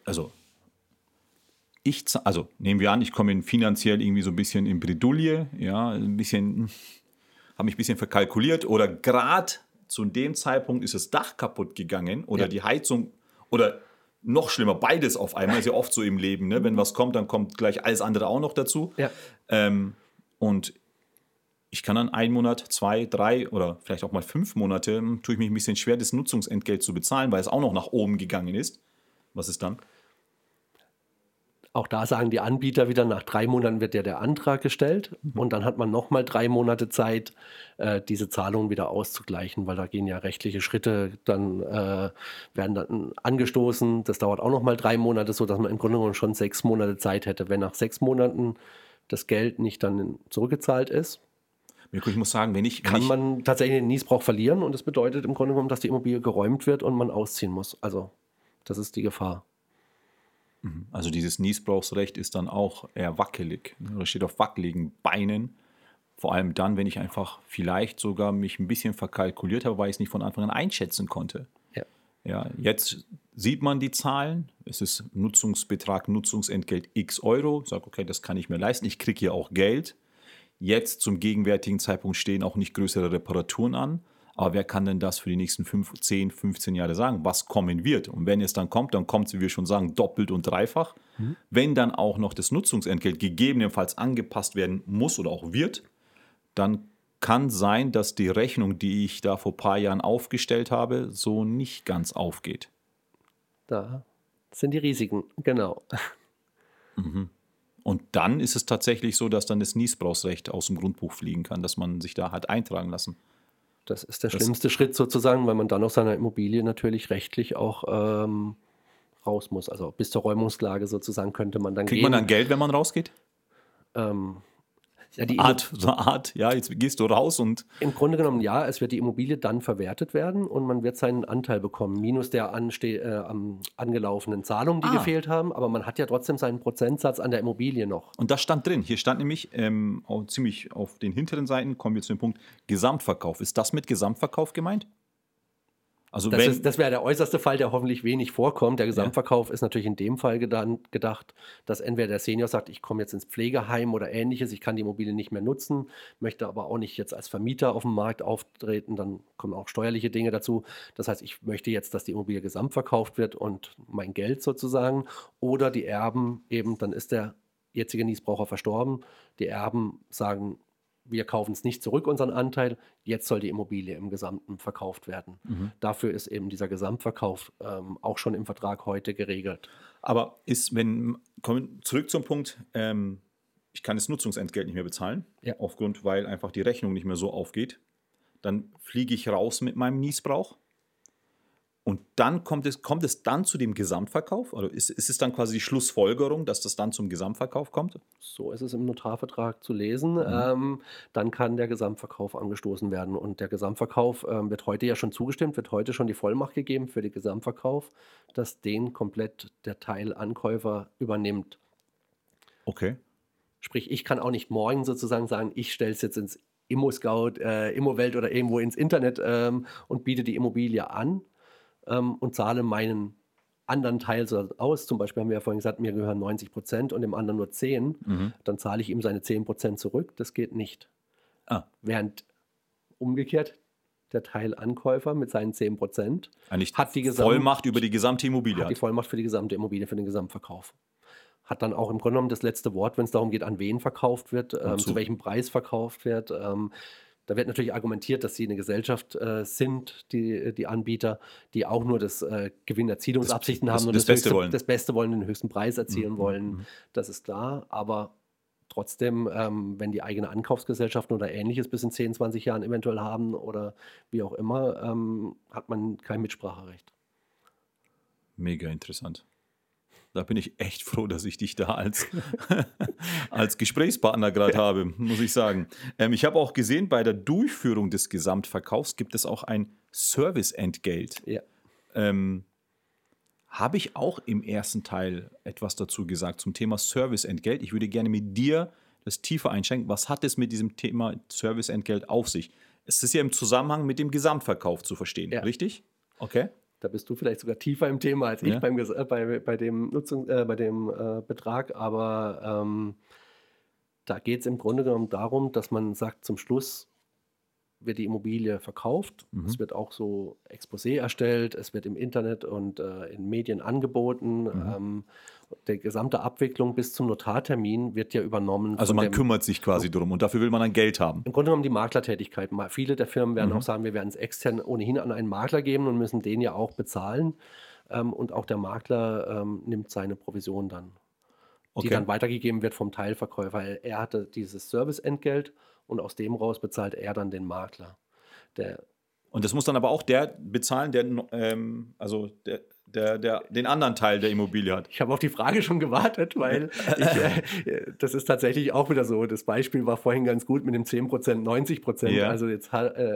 nehmen wir an, ich komme finanziell irgendwie so ein bisschen in Bredouille, ja, habe mich ein bisschen verkalkuliert oder gerade zu dem Zeitpunkt ist das Dach kaputt gegangen oder die Heizung oder noch schlimmer, beides auf einmal, ist ja oft so im Leben, ne? Wenn was kommt, dann kommt gleich alles andere auch noch dazu. Ja. Und ich kann dann 1 Monat, 2, 3 oder vielleicht auch mal 5 Monate, tue ich mich ein bisschen schwer, das Nutzungsentgelt zu bezahlen, weil es auch noch nach oben gegangen ist. Was ist dann? Auch da sagen die Anbieter wieder, nach 3 Monaten wird ja der Antrag gestellt und dann hat man nochmal 3 Monate Zeit, diese Zahlungen wieder auszugleichen, weil da gehen ja rechtliche Schritte, dann werden dann angestoßen. Das dauert auch nochmal 3 Monate, sodass man im Grunde genommen schon 6 Monate Zeit hätte. Wenn nach 6 Monaten das Geld nicht dann zurückgezahlt ist, Mirko, ich muss sagen, kann man tatsächlich den Niesbrauch verlieren und das bedeutet im Grunde genommen, dass die Immobilie geräumt wird und man ausziehen muss. Also das ist die Gefahr. Also dieses Niesbrauchsrecht ist dann auch eher wackelig oder steht auf wackeligen Beinen. Vor allem dann, wenn ich einfach vielleicht sogar mich ein bisschen verkalkuliert habe, weil ich es nicht von Anfang an einschätzen konnte. Ja, jetzt sieht man die Zahlen. Es ist Nutzungsbetrag, Nutzungsentgelt x Euro. Ich sage, okay, das kann ich mir leisten. Ich kriege hier auch Geld. Jetzt zum gegenwärtigen Zeitpunkt stehen auch nicht größere Reparaturen an. Aber wer kann denn das für die nächsten 5, 10, 15 Jahre sagen, was kommen wird? Und wenn es dann kommt es, wie wir schon sagen, doppelt und dreifach. Wenn dann auch noch das Nutzungsentgelt gegebenenfalls angepasst werden muss oder auch wird, dann kann sein, dass die Rechnung, die ich da vor ein paar Jahren aufgestellt habe, so nicht ganz aufgeht. Da sind die Risiken, genau. Und dann ist es tatsächlich so, dass dann das Niesbrauchsrecht aus dem Grundbuch fliegen kann, dass man sich da hat eintragen lassen. Das ist der schlimmste Schritt sozusagen, weil man dann aus seiner Immobilie natürlich rechtlich auch raus muss. Also bis zur Räumungsklage sozusagen könnte man dann Kriegt gehen. man dann Geld, wenn man rausgeht? Ja, jetzt gehst du raus und... Im Grunde genommen ja, es wird die Immobilie dann verwertet werden und man wird seinen Anteil bekommen, minus der angelaufenen Zahlungen, die gefehlt haben, aber man hat ja trotzdem seinen Prozentsatz an der Immobilie noch. Und das stand drin. Hier stand nämlich auch ziemlich auf den hinteren Seiten, kommen wir zu dem Punkt, Gesamtverkauf. Ist das mit Gesamtverkauf gemeint? Also Das wäre der äußerste Fall, der hoffentlich wenig vorkommt. Der Gesamtverkauf ist natürlich in dem Fall gedacht, dass entweder der Senior sagt, ich komme jetzt ins Pflegeheim oder ähnliches, ich kann die Immobilie nicht mehr nutzen, möchte aber auch nicht jetzt als Vermieter auf dem Markt auftreten, dann kommen auch steuerliche Dinge dazu. Das heißt, ich möchte jetzt, dass die Immobilie gesamtverkauft wird und mein Geld sozusagen, oder die Erben eben, dann ist der jetzige Niesbraucher verstorben, die Erben sagen, wir kaufen es nicht zurück, unseren Anteil, jetzt soll die Immobilie im Gesamten verkauft werden. Dafür ist eben dieser Gesamtverkauf auch schon im Vertrag heute geregelt. Aber kommen wir zurück zum Punkt, ich kann das Nutzungsentgelt nicht mehr bezahlen, weil einfach die Rechnung nicht mehr so aufgeht. Dann fliege ich raus mit meinem Niesbrauch. Und dann kommt es dann zu dem Gesamtverkauf? Also ist es dann quasi die Schlussfolgerung, dass das dann zum Gesamtverkauf kommt? So ist es im Notarvertrag zu lesen. Dann kann der Gesamtverkauf angestoßen werden. Und der Gesamtverkauf wird heute ja schon zugestimmt, wird heute schon die Vollmacht gegeben für den Gesamtverkauf, dass den komplett der Teilankäufer übernimmt. Okay. Sprich, ich kann auch nicht morgen sozusagen sagen, ich stelle es jetzt ins Immo-Scout, Immowelt oder irgendwo ins Internet und biete die Immobilie an. Und zahle meinen anderen Teil so aus. Zum Beispiel haben wir ja vorhin gesagt, mir gehören 90% und dem anderen nur 10%. Dann zahle ich ihm seine 10% zurück. Das geht nicht. Während umgekehrt der Teilankäufer mit seinen 10% hat die Vollmacht über die gesamte Immobilie. Hat die Vollmacht für die gesamte Immobilie, für den Gesamtverkauf. Hat dann auch im Grunde genommen das letzte Wort, wenn es darum geht, an wen verkauft wird, zu welchem Preis verkauft wird. Da wird natürlich argumentiert, dass sie eine Gesellschaft sind, die Anbieter, die auch nur das Gewinnerzielungsabsichten haben und das Beste wollen, den höchsten Preis erzielen wollen. Das ist klar, aber trotzdem, wenn die eigene Ankaufsgesellschaften oder Ähnliches bis in 10, 20 Jahren eventuell haben oder wie auch immer, hat man kein Mitspracherecht. Mega interessant. Da bin ich echt froh, dass ich dich da als Gesprächspartner gerade habe, muss ich sagen. Ich habe auch gesehen, bei der Durchführung des Gesamtverkaufs gibt es auch ein Serviceentgelt. Ja. Habe ich auch im ersten Teil etwas dazu gesagt zum Thema Serviceentgelt. Ich würde gerne mit dir das tiefer einsteigen. Was hat es mit diesem Thema Serviceentgelt auf sich? Es ist ja im Zusammenhang mit dem Gesamtverkauf zu verstehen, richtig? Okay. Da bist du vielleicht sogar tiefer im Thema als ich bei dem Betrag, aber da geht es im Grunde genommen darum, dass man sagt, zum Schluss wird die Immobilie verkauft, es wird auch so Exposé erstellt, es wird im Internet und in Medien angeboten, die gesamte Abwicklung bis zum Notartermin wird ja übernommen. Also man kümmert sich quasi drum und dafür will man dann Geld haben. Im Grunde genommen die Maklertätigkeit. Viele der Firmen werden auch sagen, wir werden es extern ohnehin an einen Makler geben und müssen den ja auch bezahlen. Und auch der Makler nimmt seine Provision dann, die dann weitergegeben wird vom Teilverkäufer. Er hatte dieses Serviceentgelt und aus dem raus bezahlt er dann den Makler. Und das muss dann aber auch der bezahlen, der den anderen Teil der Immobilie hat. Ich habe auf die Frage schon gewartet, weil das ist tatsächlich auch wieder so. Das Beispiel war vorhin ganz gut mit dem 10%, 90%. Ja. Also jetzt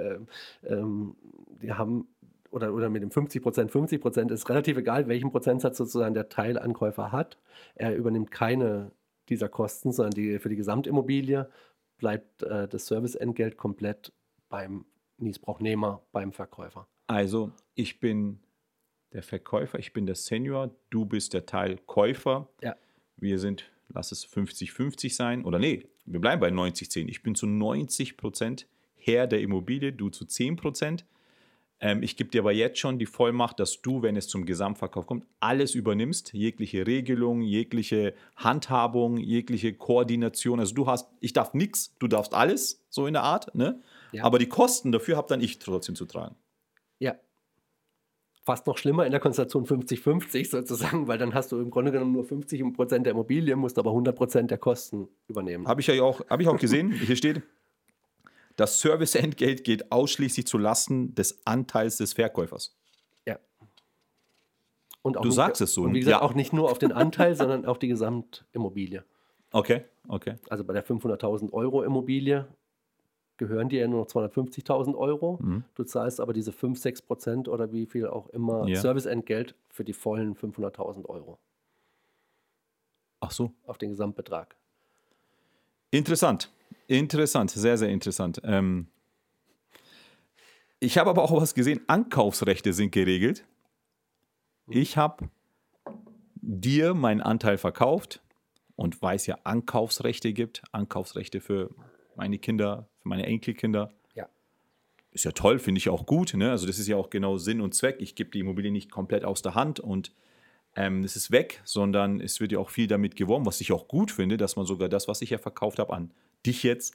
die haben oder mit dem 50% ist relativ egal, welchen Prozentsatz sozusagen der Teilankäufer hat. Er übernimmt keine dieser Kosten, sondern für die Gesamtimmobilie bleibt das Serviceentgelt komplett beim Niesbrauchnehmer, beim Verkäufer. Also ich bin der Verkäufer, ich bin der Senior, du bist der Teilkäufer. Ja. Wir sind, lass es 50-50 sein, oder nee, wir bleiben bei 90-10. Ich bin zu 90% Herr der Immobilie, du zu 10%. Ich gebe dir aber jetzt schon die Vollmacht, dass du, wenn es zum Gesamtverkauf kommt, alles übernimmst, jegliche Regelung, jegliche Handhabung, jegliche Koordination. Also ich darf nichts, du darfst alles, so in der Art, ne? Ja. Aber die Kosten dafür habe dann ich trotzdem zu tragen. Ja. Fast noch schlimmer in der Konstellation 50-50 sozusagen, weil dann hast du im Grunde genommen nur 50% der Immobilie, musst aber 100% der Kosten übernehmen. Habe ich auch gesehen, hier steht, das Serviceentgelt geht ausschließlich zu Lasten des Anteils des Verkäufers. Ja. Und auch du sagst es so. Und wie gesagt, auch nicht nur auf den Anteil, sondern auf die Gesamtimmobilie. Okay. Also bei der 500.000 Euro Immobilie gehören dir ja nur noch 250.000 Euro. Du zahlst aber diese 5-6% oder wie viel auch immer Serviceentgelt für die vollen 500.000 Euro. Ach so. Auf den Gesamtbetrag. Interessant, sehr, sehr interessant. Ich habe aber auch was gesehen, Ankaufsrechte sind geregelt. Ich habe dir meinen Anteil verkauft und weil es ja Ankaufsrechte gibt, Ankaufsrechte für meine Kinder, für meine Enkelkinder. Ja. Ist ja toll, finde ich auch gut. Ne? Also das ist ja auch genau Sinn und Zweck. Ich gebe die Immobilie nicht komplett aus der Hand und es ist weg, sondern es wird ja auch viel damit geworben, was ich auch gut finde, dass man sogar das, was ich ja verkauft habe an dich jetzt,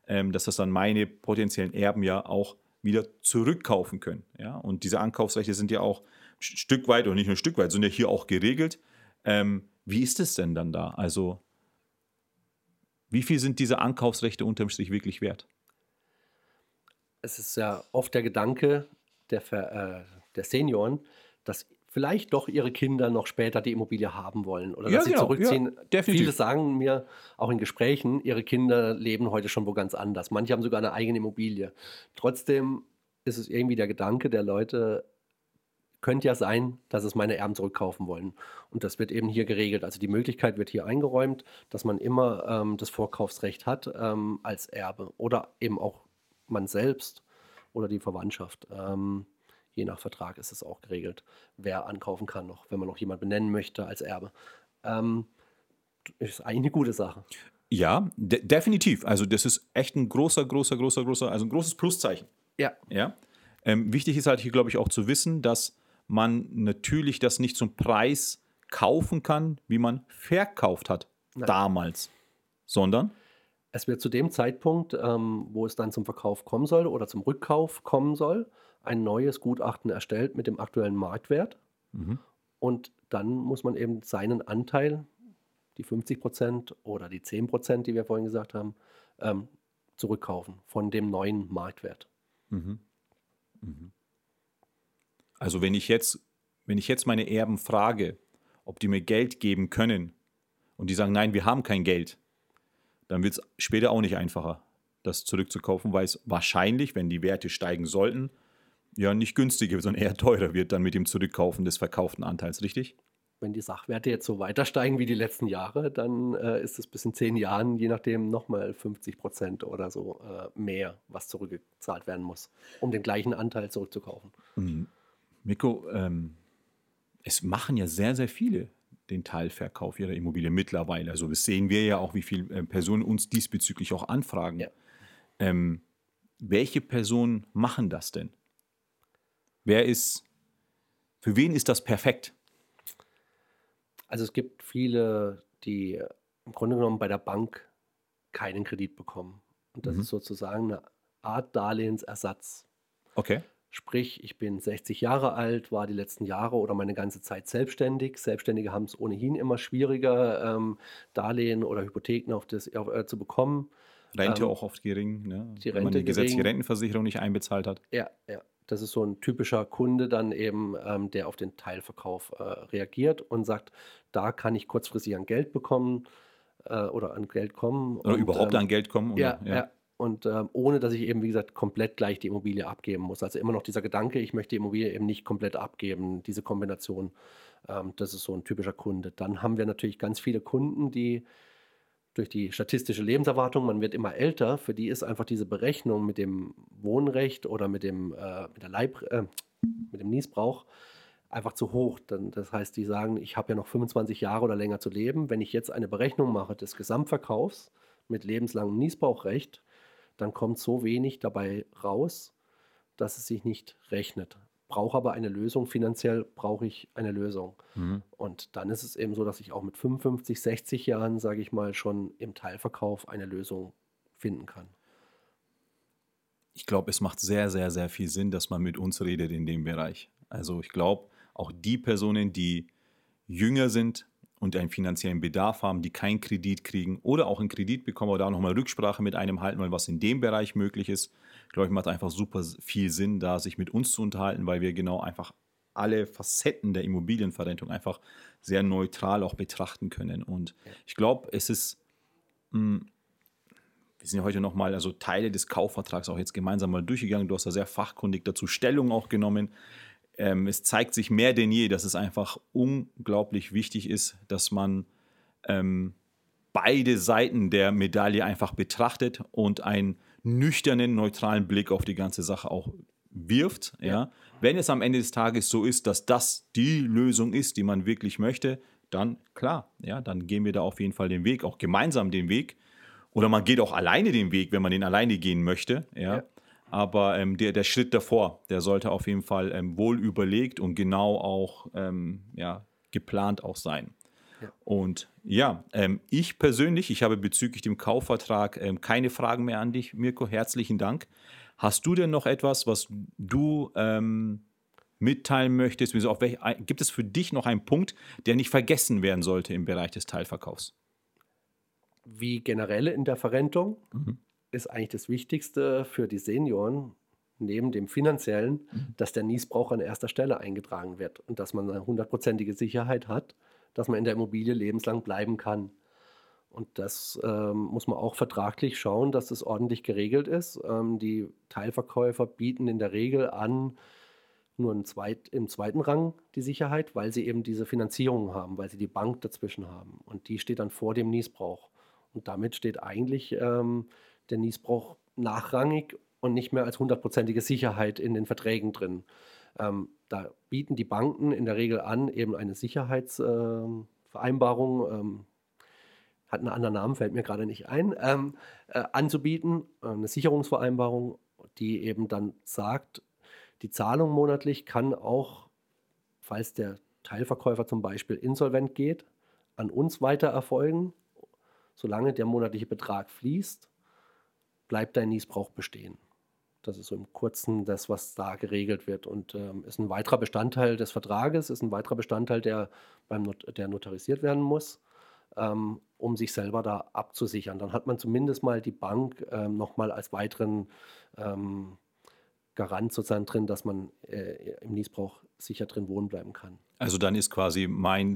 dass das dann meine potenziellen Erben ja auch wieder zurückkaufen können. Ja? Und diese Ankaufsrechte sind ja auch ein Stück weit, oder nicht nur ein Stück weit, sind ja hier auch geregelt. Wie ist es denn dann da? Also, wie viel sind diese Ankaufsrechte unterm Strich wirklich wert? Es ist ja oft der Gedanke der Senioren, dass vielleicht doch ihre Kinder noch später die Immobilie haben wollen oder Ja, dass sie genau, ja, zurückziehen. Viele definitiv. sagen mir auch in Gesprächen, ihre Kinder leben heute schon wo ganz anders. Manche haben sogar eine eigene Immobilie. Trotzdem ist es irgendwie der Gedanke der Leute, könnte ja sein, dass es meine Erben zurückkaufen wollen. Und das wird eben hier geregelt. Also die Möglichkeit wird hier eingeräumt, dass man immer das Vorkaufsrecht hat als Erbe oder eben auch man selbst oder die Verwandtschaft. Je nach Vertrag ist es auch geregelt, wer ankaufen kann noch, wenn man noch jemand benennen möchte als Erbe. Ähm, Ist eigentlich eine gute Sache. Ja, definitiv. Also das ist echt ein großer, also ein großes Pluszeichen. Ja, Ja. Wichtig ist halt hier, glaube ich, auch zu wissen, dass man natürlich das nicht zum Preis kaufen kann, wie man verkauft hat nein. damals, sondern Es wird zu dem Zeitpunkt, wo es dann zum Verkauf kommen soll oder zum Rückkauf kommen soll, ein neues Gutachten erstellt mit dem aktuellen Marktwert. Und dann muss man eben seinen Anteil, die 50% oder die 10%, die wir vorhin gesagt haben, zurückkaufen von dem neuen Marktwert. also wenn ich jetzt meine Erben frage, ob die mir Geld geben können und die sagen, nein, wir haben kein Geld, dann wird es später auch nicht einfacher, das zurückzukaufen, weil es wahrscheinlich, wenn die Werte steigen sollten, ja nicht günstiger wird, sondern eher teurer wird dann mit dem Zurückkaufen des verkauften Anteils, richtig? Wenn die Sachwerte jetzt so weiter steigen wie die letzten Jahre, dann ist es bis in 10 Jahren, je nachdem, nochmal 50% oder so mehr, was zurückgezahlt werden muss, um den gleichen Anteil zurückzukaufen. Mirko, es machen ja sehr, sehr viele den Teilverkauf ihrer Immobilie mittlerweile. Also das sehen wir ja auch, wie viele Personen uns diesbezüglich auch anfragen. Ja. Welche Personen machen das denn? Für wen ist das perfekt? Also es gibt viele, die im Grunde genommen bei der Bank keinen Kredit bekommen. Und das ist sozusagen eine Art Darlehensersatz. Okay. Sprich, ich bin 60 Jahre alt, war die letzten Jahre oder meine ganze Zeit selbstständig. Selbstständige haben es ohnehin immer schwieriger, Darlehen oder Hypotheken zu bekommen. Rente auch oft gering, ne? Die Wenn man Rente die gesetzliche gering. Rentenversicherung nicht einbezahlt hat. Ja, ja. Das ist so ein typischer Kunde dann eben, der auf den Teilverkauf reagiert und sagt, da kann ich kurzfristig an Geld bekommen oder an Geld kommen. Oder Und, überhaupt an Geld kommen. ja, Oder, ja. ja. Und ohne dass ich eben, wie gesagt, komplett gleich die Immobilie abgeben muss. Also immer noch dieser Gedanke, ich möchte die Immobilie eben nicht komplett abgeben, diese Kombination. Das ist so ein typischer Kunde. Dann haben wir natürlich ganz viele Kunden, die durch die statistische Lebenserwartung, man wird immer älter, für die ist einfach diese Berechnung mit dem Wohnrecht oder mit dem Niesbrauch einfach zu hoch. Das heißt, die sagen, ich habe ja noch 25 Jahre oder länger zu leben. Wenn ich jetzt eine Berechnung mache des Gesamtverkaufs mit lebenslangem Niesbrauchrecht, dann kommt so wenig dabei raus, dass es sich nicht rechnet. Brauche aber eine Lösung, finanziell brauche ich eine Lösung. Und dann ist es eben so, dass ich auch mit 55, 60 Jahren, sage ich mal, schon im Teilverkauf eine Lösung finden kann. Ich glaube, es macht sehr, sehr, sehr viel Sinn, dass man mit uns redet in dem Bereich. Also ich glaube, auch die Personen, die jünger sind und einen finanziellen Bedarf haben, die keinen Kredit kriegen oder auch einen Kredit bekommen oder auch nochmal Rücksprache mit einem halten wollen, was in dem Bereich möglich ist, glaube ich, macht einfach super viel Sinn, da sich mit uns zu unterhalten, weil wir genau einfach alle Facetten der Immobilienverrentung einfach sehr neutral auch betrachten können. Und ich glaube, wir sind ja heute nochmal also Teile des Kaufvertrags auch jetzt gemeinsam mal durchgegangen. Du hast da sehr fachkundig dazu Stellung auch genommen. Es zeigt sich mehr denn je, dass es einfach unglaublich wichtig ist, dass man beide Seiten der Medaille einfach betrachtet und einen nüchternen, neutralen Blick auf die ganze Sache auch wirft. Ja. Wenn es am Ende des Tages so ist, dass das die Lösung ist, die man wirklich möchte, dann klar, ja, dann gehen wir da auf jeden Fall den Weg, auch gemeinsam den Weg. Oder man geht auch alleine den Weg, wenn man den alleine gehen möchte. Ja. Ja. Aber der Schritt davor, der sollte auf jeden Fall wohl überlegt und genau auch geplant auch sein. Ja. Und ja, ich persönlich, ich habe bezüglich dem Kaufvertrag keine Fragen mehr an dich, Mirko. Herzlichen Dank. Hast du denn noch etwas, was du mitteilen möchtest? Gibt es für dich noch einen Punkt, der nicht vergessen werden sollte im Bereich des Teilverkaufs? Wie generell in der Verrentung ist eigentlich das Wichtigste für die Senioren, neben dem Finanziellen, dass der Niesbrauch an erster Stelle eingetragen wird und dass man eine 100%ige Sicherheit hat, dass man in der Immobilie lebenslang bleiben kann. Und das muss man auch vertraglich schauen, dass das ordentlich geregelt ist. Die Teilverkäufer bieten in der Regel an, nur im zweiten Rang die Sicherheit, weil sie eben diese Finanzierung haben, weil sie die Bank dazwischen haben. Und die steht dann vor dem Niesbrauch. Und damit steht eigentlich der Niesbrauch nachrangig und nicht mehr als 100%ige Sicherheit in den Verträgen drin. Da bieten die Banken in der Regel an, eben eine Sicherheitsvereinbarung, hat einen anderen Namen, fällt mir gerade nicht ein, anzubieten, eine Sicherungsvereinbarung, die eben dann sagt, die Zahlung monatlich kann auch, falls der Teilverkäufer zum Beispiel insolvent geht, an uns weiter erfolgen. Solange der monatliche Betrag fließt, bleibt dein Niesbrauch bestehen. Das ist so im Kurzen das, was da geregelt wird und ist ein weiterer Bestandteil des Vertrages, ist ein weiterer Bestandteil, der notarisiert werden muss, um sich selber da abzusichern. Dann hat man zumindest mal die Bank nochmal als weiteren Garant sozusagen drin, dass man im Niesbrauch sicher drin wohnen bleiben kann. Also dann ist quasi mein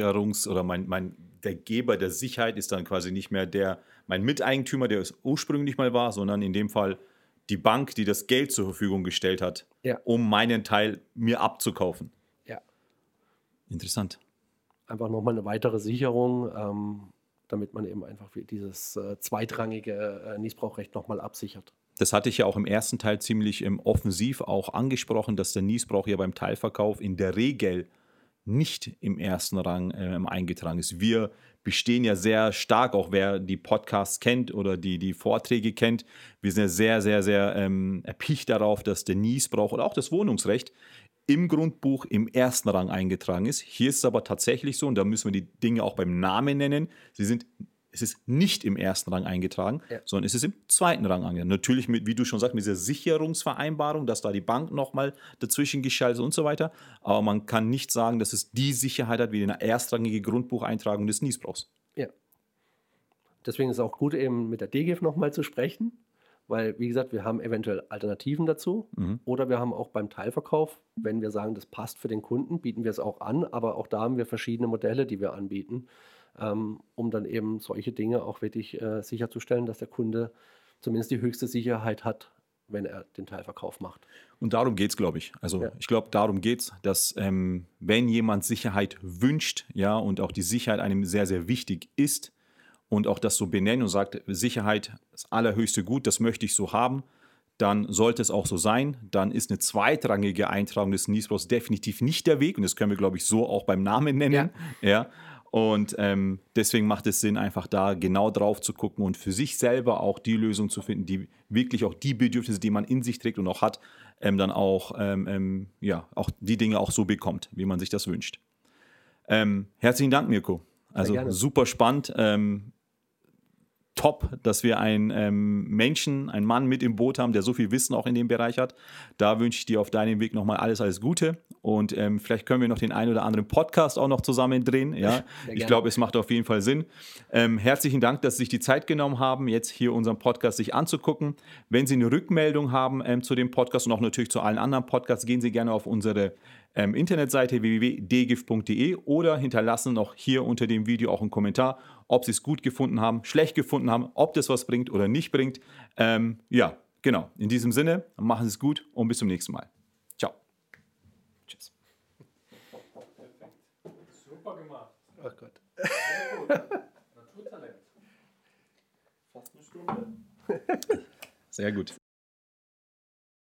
der Geber der Sicherheit ist dann quasi nicht mehr mein Miteigentümer, der es ursprünglich mal war, sondern in dem Fall die Bank, die das Geld zur Verfügung gestellt hat, Ja. um meinen Teil mir abzukaufen. Ja. Interessant. Einfach nochmal eine weitere Sicherung, damit man eben einfach dieses zweitrangige Niesbrauchrecht nochmal absichert. Das hatte ich ja auch im ersten Teil ziemlich offensiv auch angesprochen, dass der Niesbrauch ja beim Teilverkauf in der Regel nicht im ersten Rang eingetragen ist. Wir bestehen ja sehr stark, auch wer die Podcasts kennt oder die Vorträge kennt, wir sind ja sehr, sehr, sehr erpicht darauf, dass der Niesbrauch oder auch das Wohnungsrecht im Grundbuch im ersten Rang eingetragen ist. Hier ist es aber tatsächlich so, und da müssen wir die Dinge auch beim Namen nennen, es ist nicht im ersten Rang eingetragen, sondern es ist im zweiten Rang eingetragen. Natürlich, wie du schon sagst, mit dieser Sicherungsvereinbarung, dass da die Bank nochmal dazwischen geschaltet ist und so weiter. Aber man kann nicht sagen, dass es die Sicherheit hat wie eine erstrangige Grundbucheintragung des Niesbrauchs. Ja. Deswegen ist es auch gut, eben mit der DGIF nochmal zu sprechen, weil, wie gesagt, wir haben eventuell Alternativen dazu. Oder wir haben auch beim Teilverkauf, wenn wir sagen, das passt für den Kunden, bieten wir es auch an. Aber auch da haben wir verschiedene Modelle, die wir anbieten, um dann eben solche Dinge auch wirklich sicherzustellen, dass der Kunde zumindest die höchste Sicherheit hat, wenn er den Teilverkauf macht. Und darum geht es, glaube ich. Also ich glaube, darum geht es, dass wenn jemand Sicherheit wünscht, ja, und auch die Sicherheit einem sehr, sehr wichtig ist und auch das so benennt und sagt, Sicherheit ist das allerhöchste Gut, das möchte ich so haben, dann sollte es auch so sein. Dann ist eine zweitrangige Eintragung des Niesbrauchs definitiv nicht der Weg. Und das können wir, glaube ich, so auch beim Namen nennen. Ja. Und deswegen macht es Sinn, einfach da genau drauf zu gucken und für sich selber auch die Lösung zu finden, die wirklich auch die Bedürfnisse, die man in sich trägt und auch hat, dann auch, auch die Dinge auch so bekommt, wie man sich das wünscht. Herzlichen Dank, Mirko. Also super spannend. Top, dass wir einen Mann mit im Boot haben, der so viel Wissen auch in dem Bereich hat. Da wünsche ich dir auf deinem Weg nochmal alles Gute. Und vielleicht können wir noch den einen oder anderen Podcast auch noch zusammen drehen. Ja? Ich glaube, es macht auf jeden Fall Sinn. Herzlichen Dank, dass Sie sich die Zeit genommen haben, jetzt hier unseren Podcast sich anzugucken. Wenn Sie eine Rückmeldung haben zu dem Podcast und auch natürlich zu allen anderen Podcasts, gehen Sie gerne auf unsere Internetseite www.dgif.de oder hinterlassen noch hier unter dem Video auch einen Kommentar, ob Sie es gut gefunden haben, schlecht gefunden haben, ob das was bringt oder nicht bringt. Ja, genau. In diesem Sinne, machen Sie es gut und bis zum nächsten Mal. Ciao. Tschüss. Perfekt. Super gemacht. Ach Gott. Sehr gut. Naturtalent. Fast eine Stunde. Sehr gut.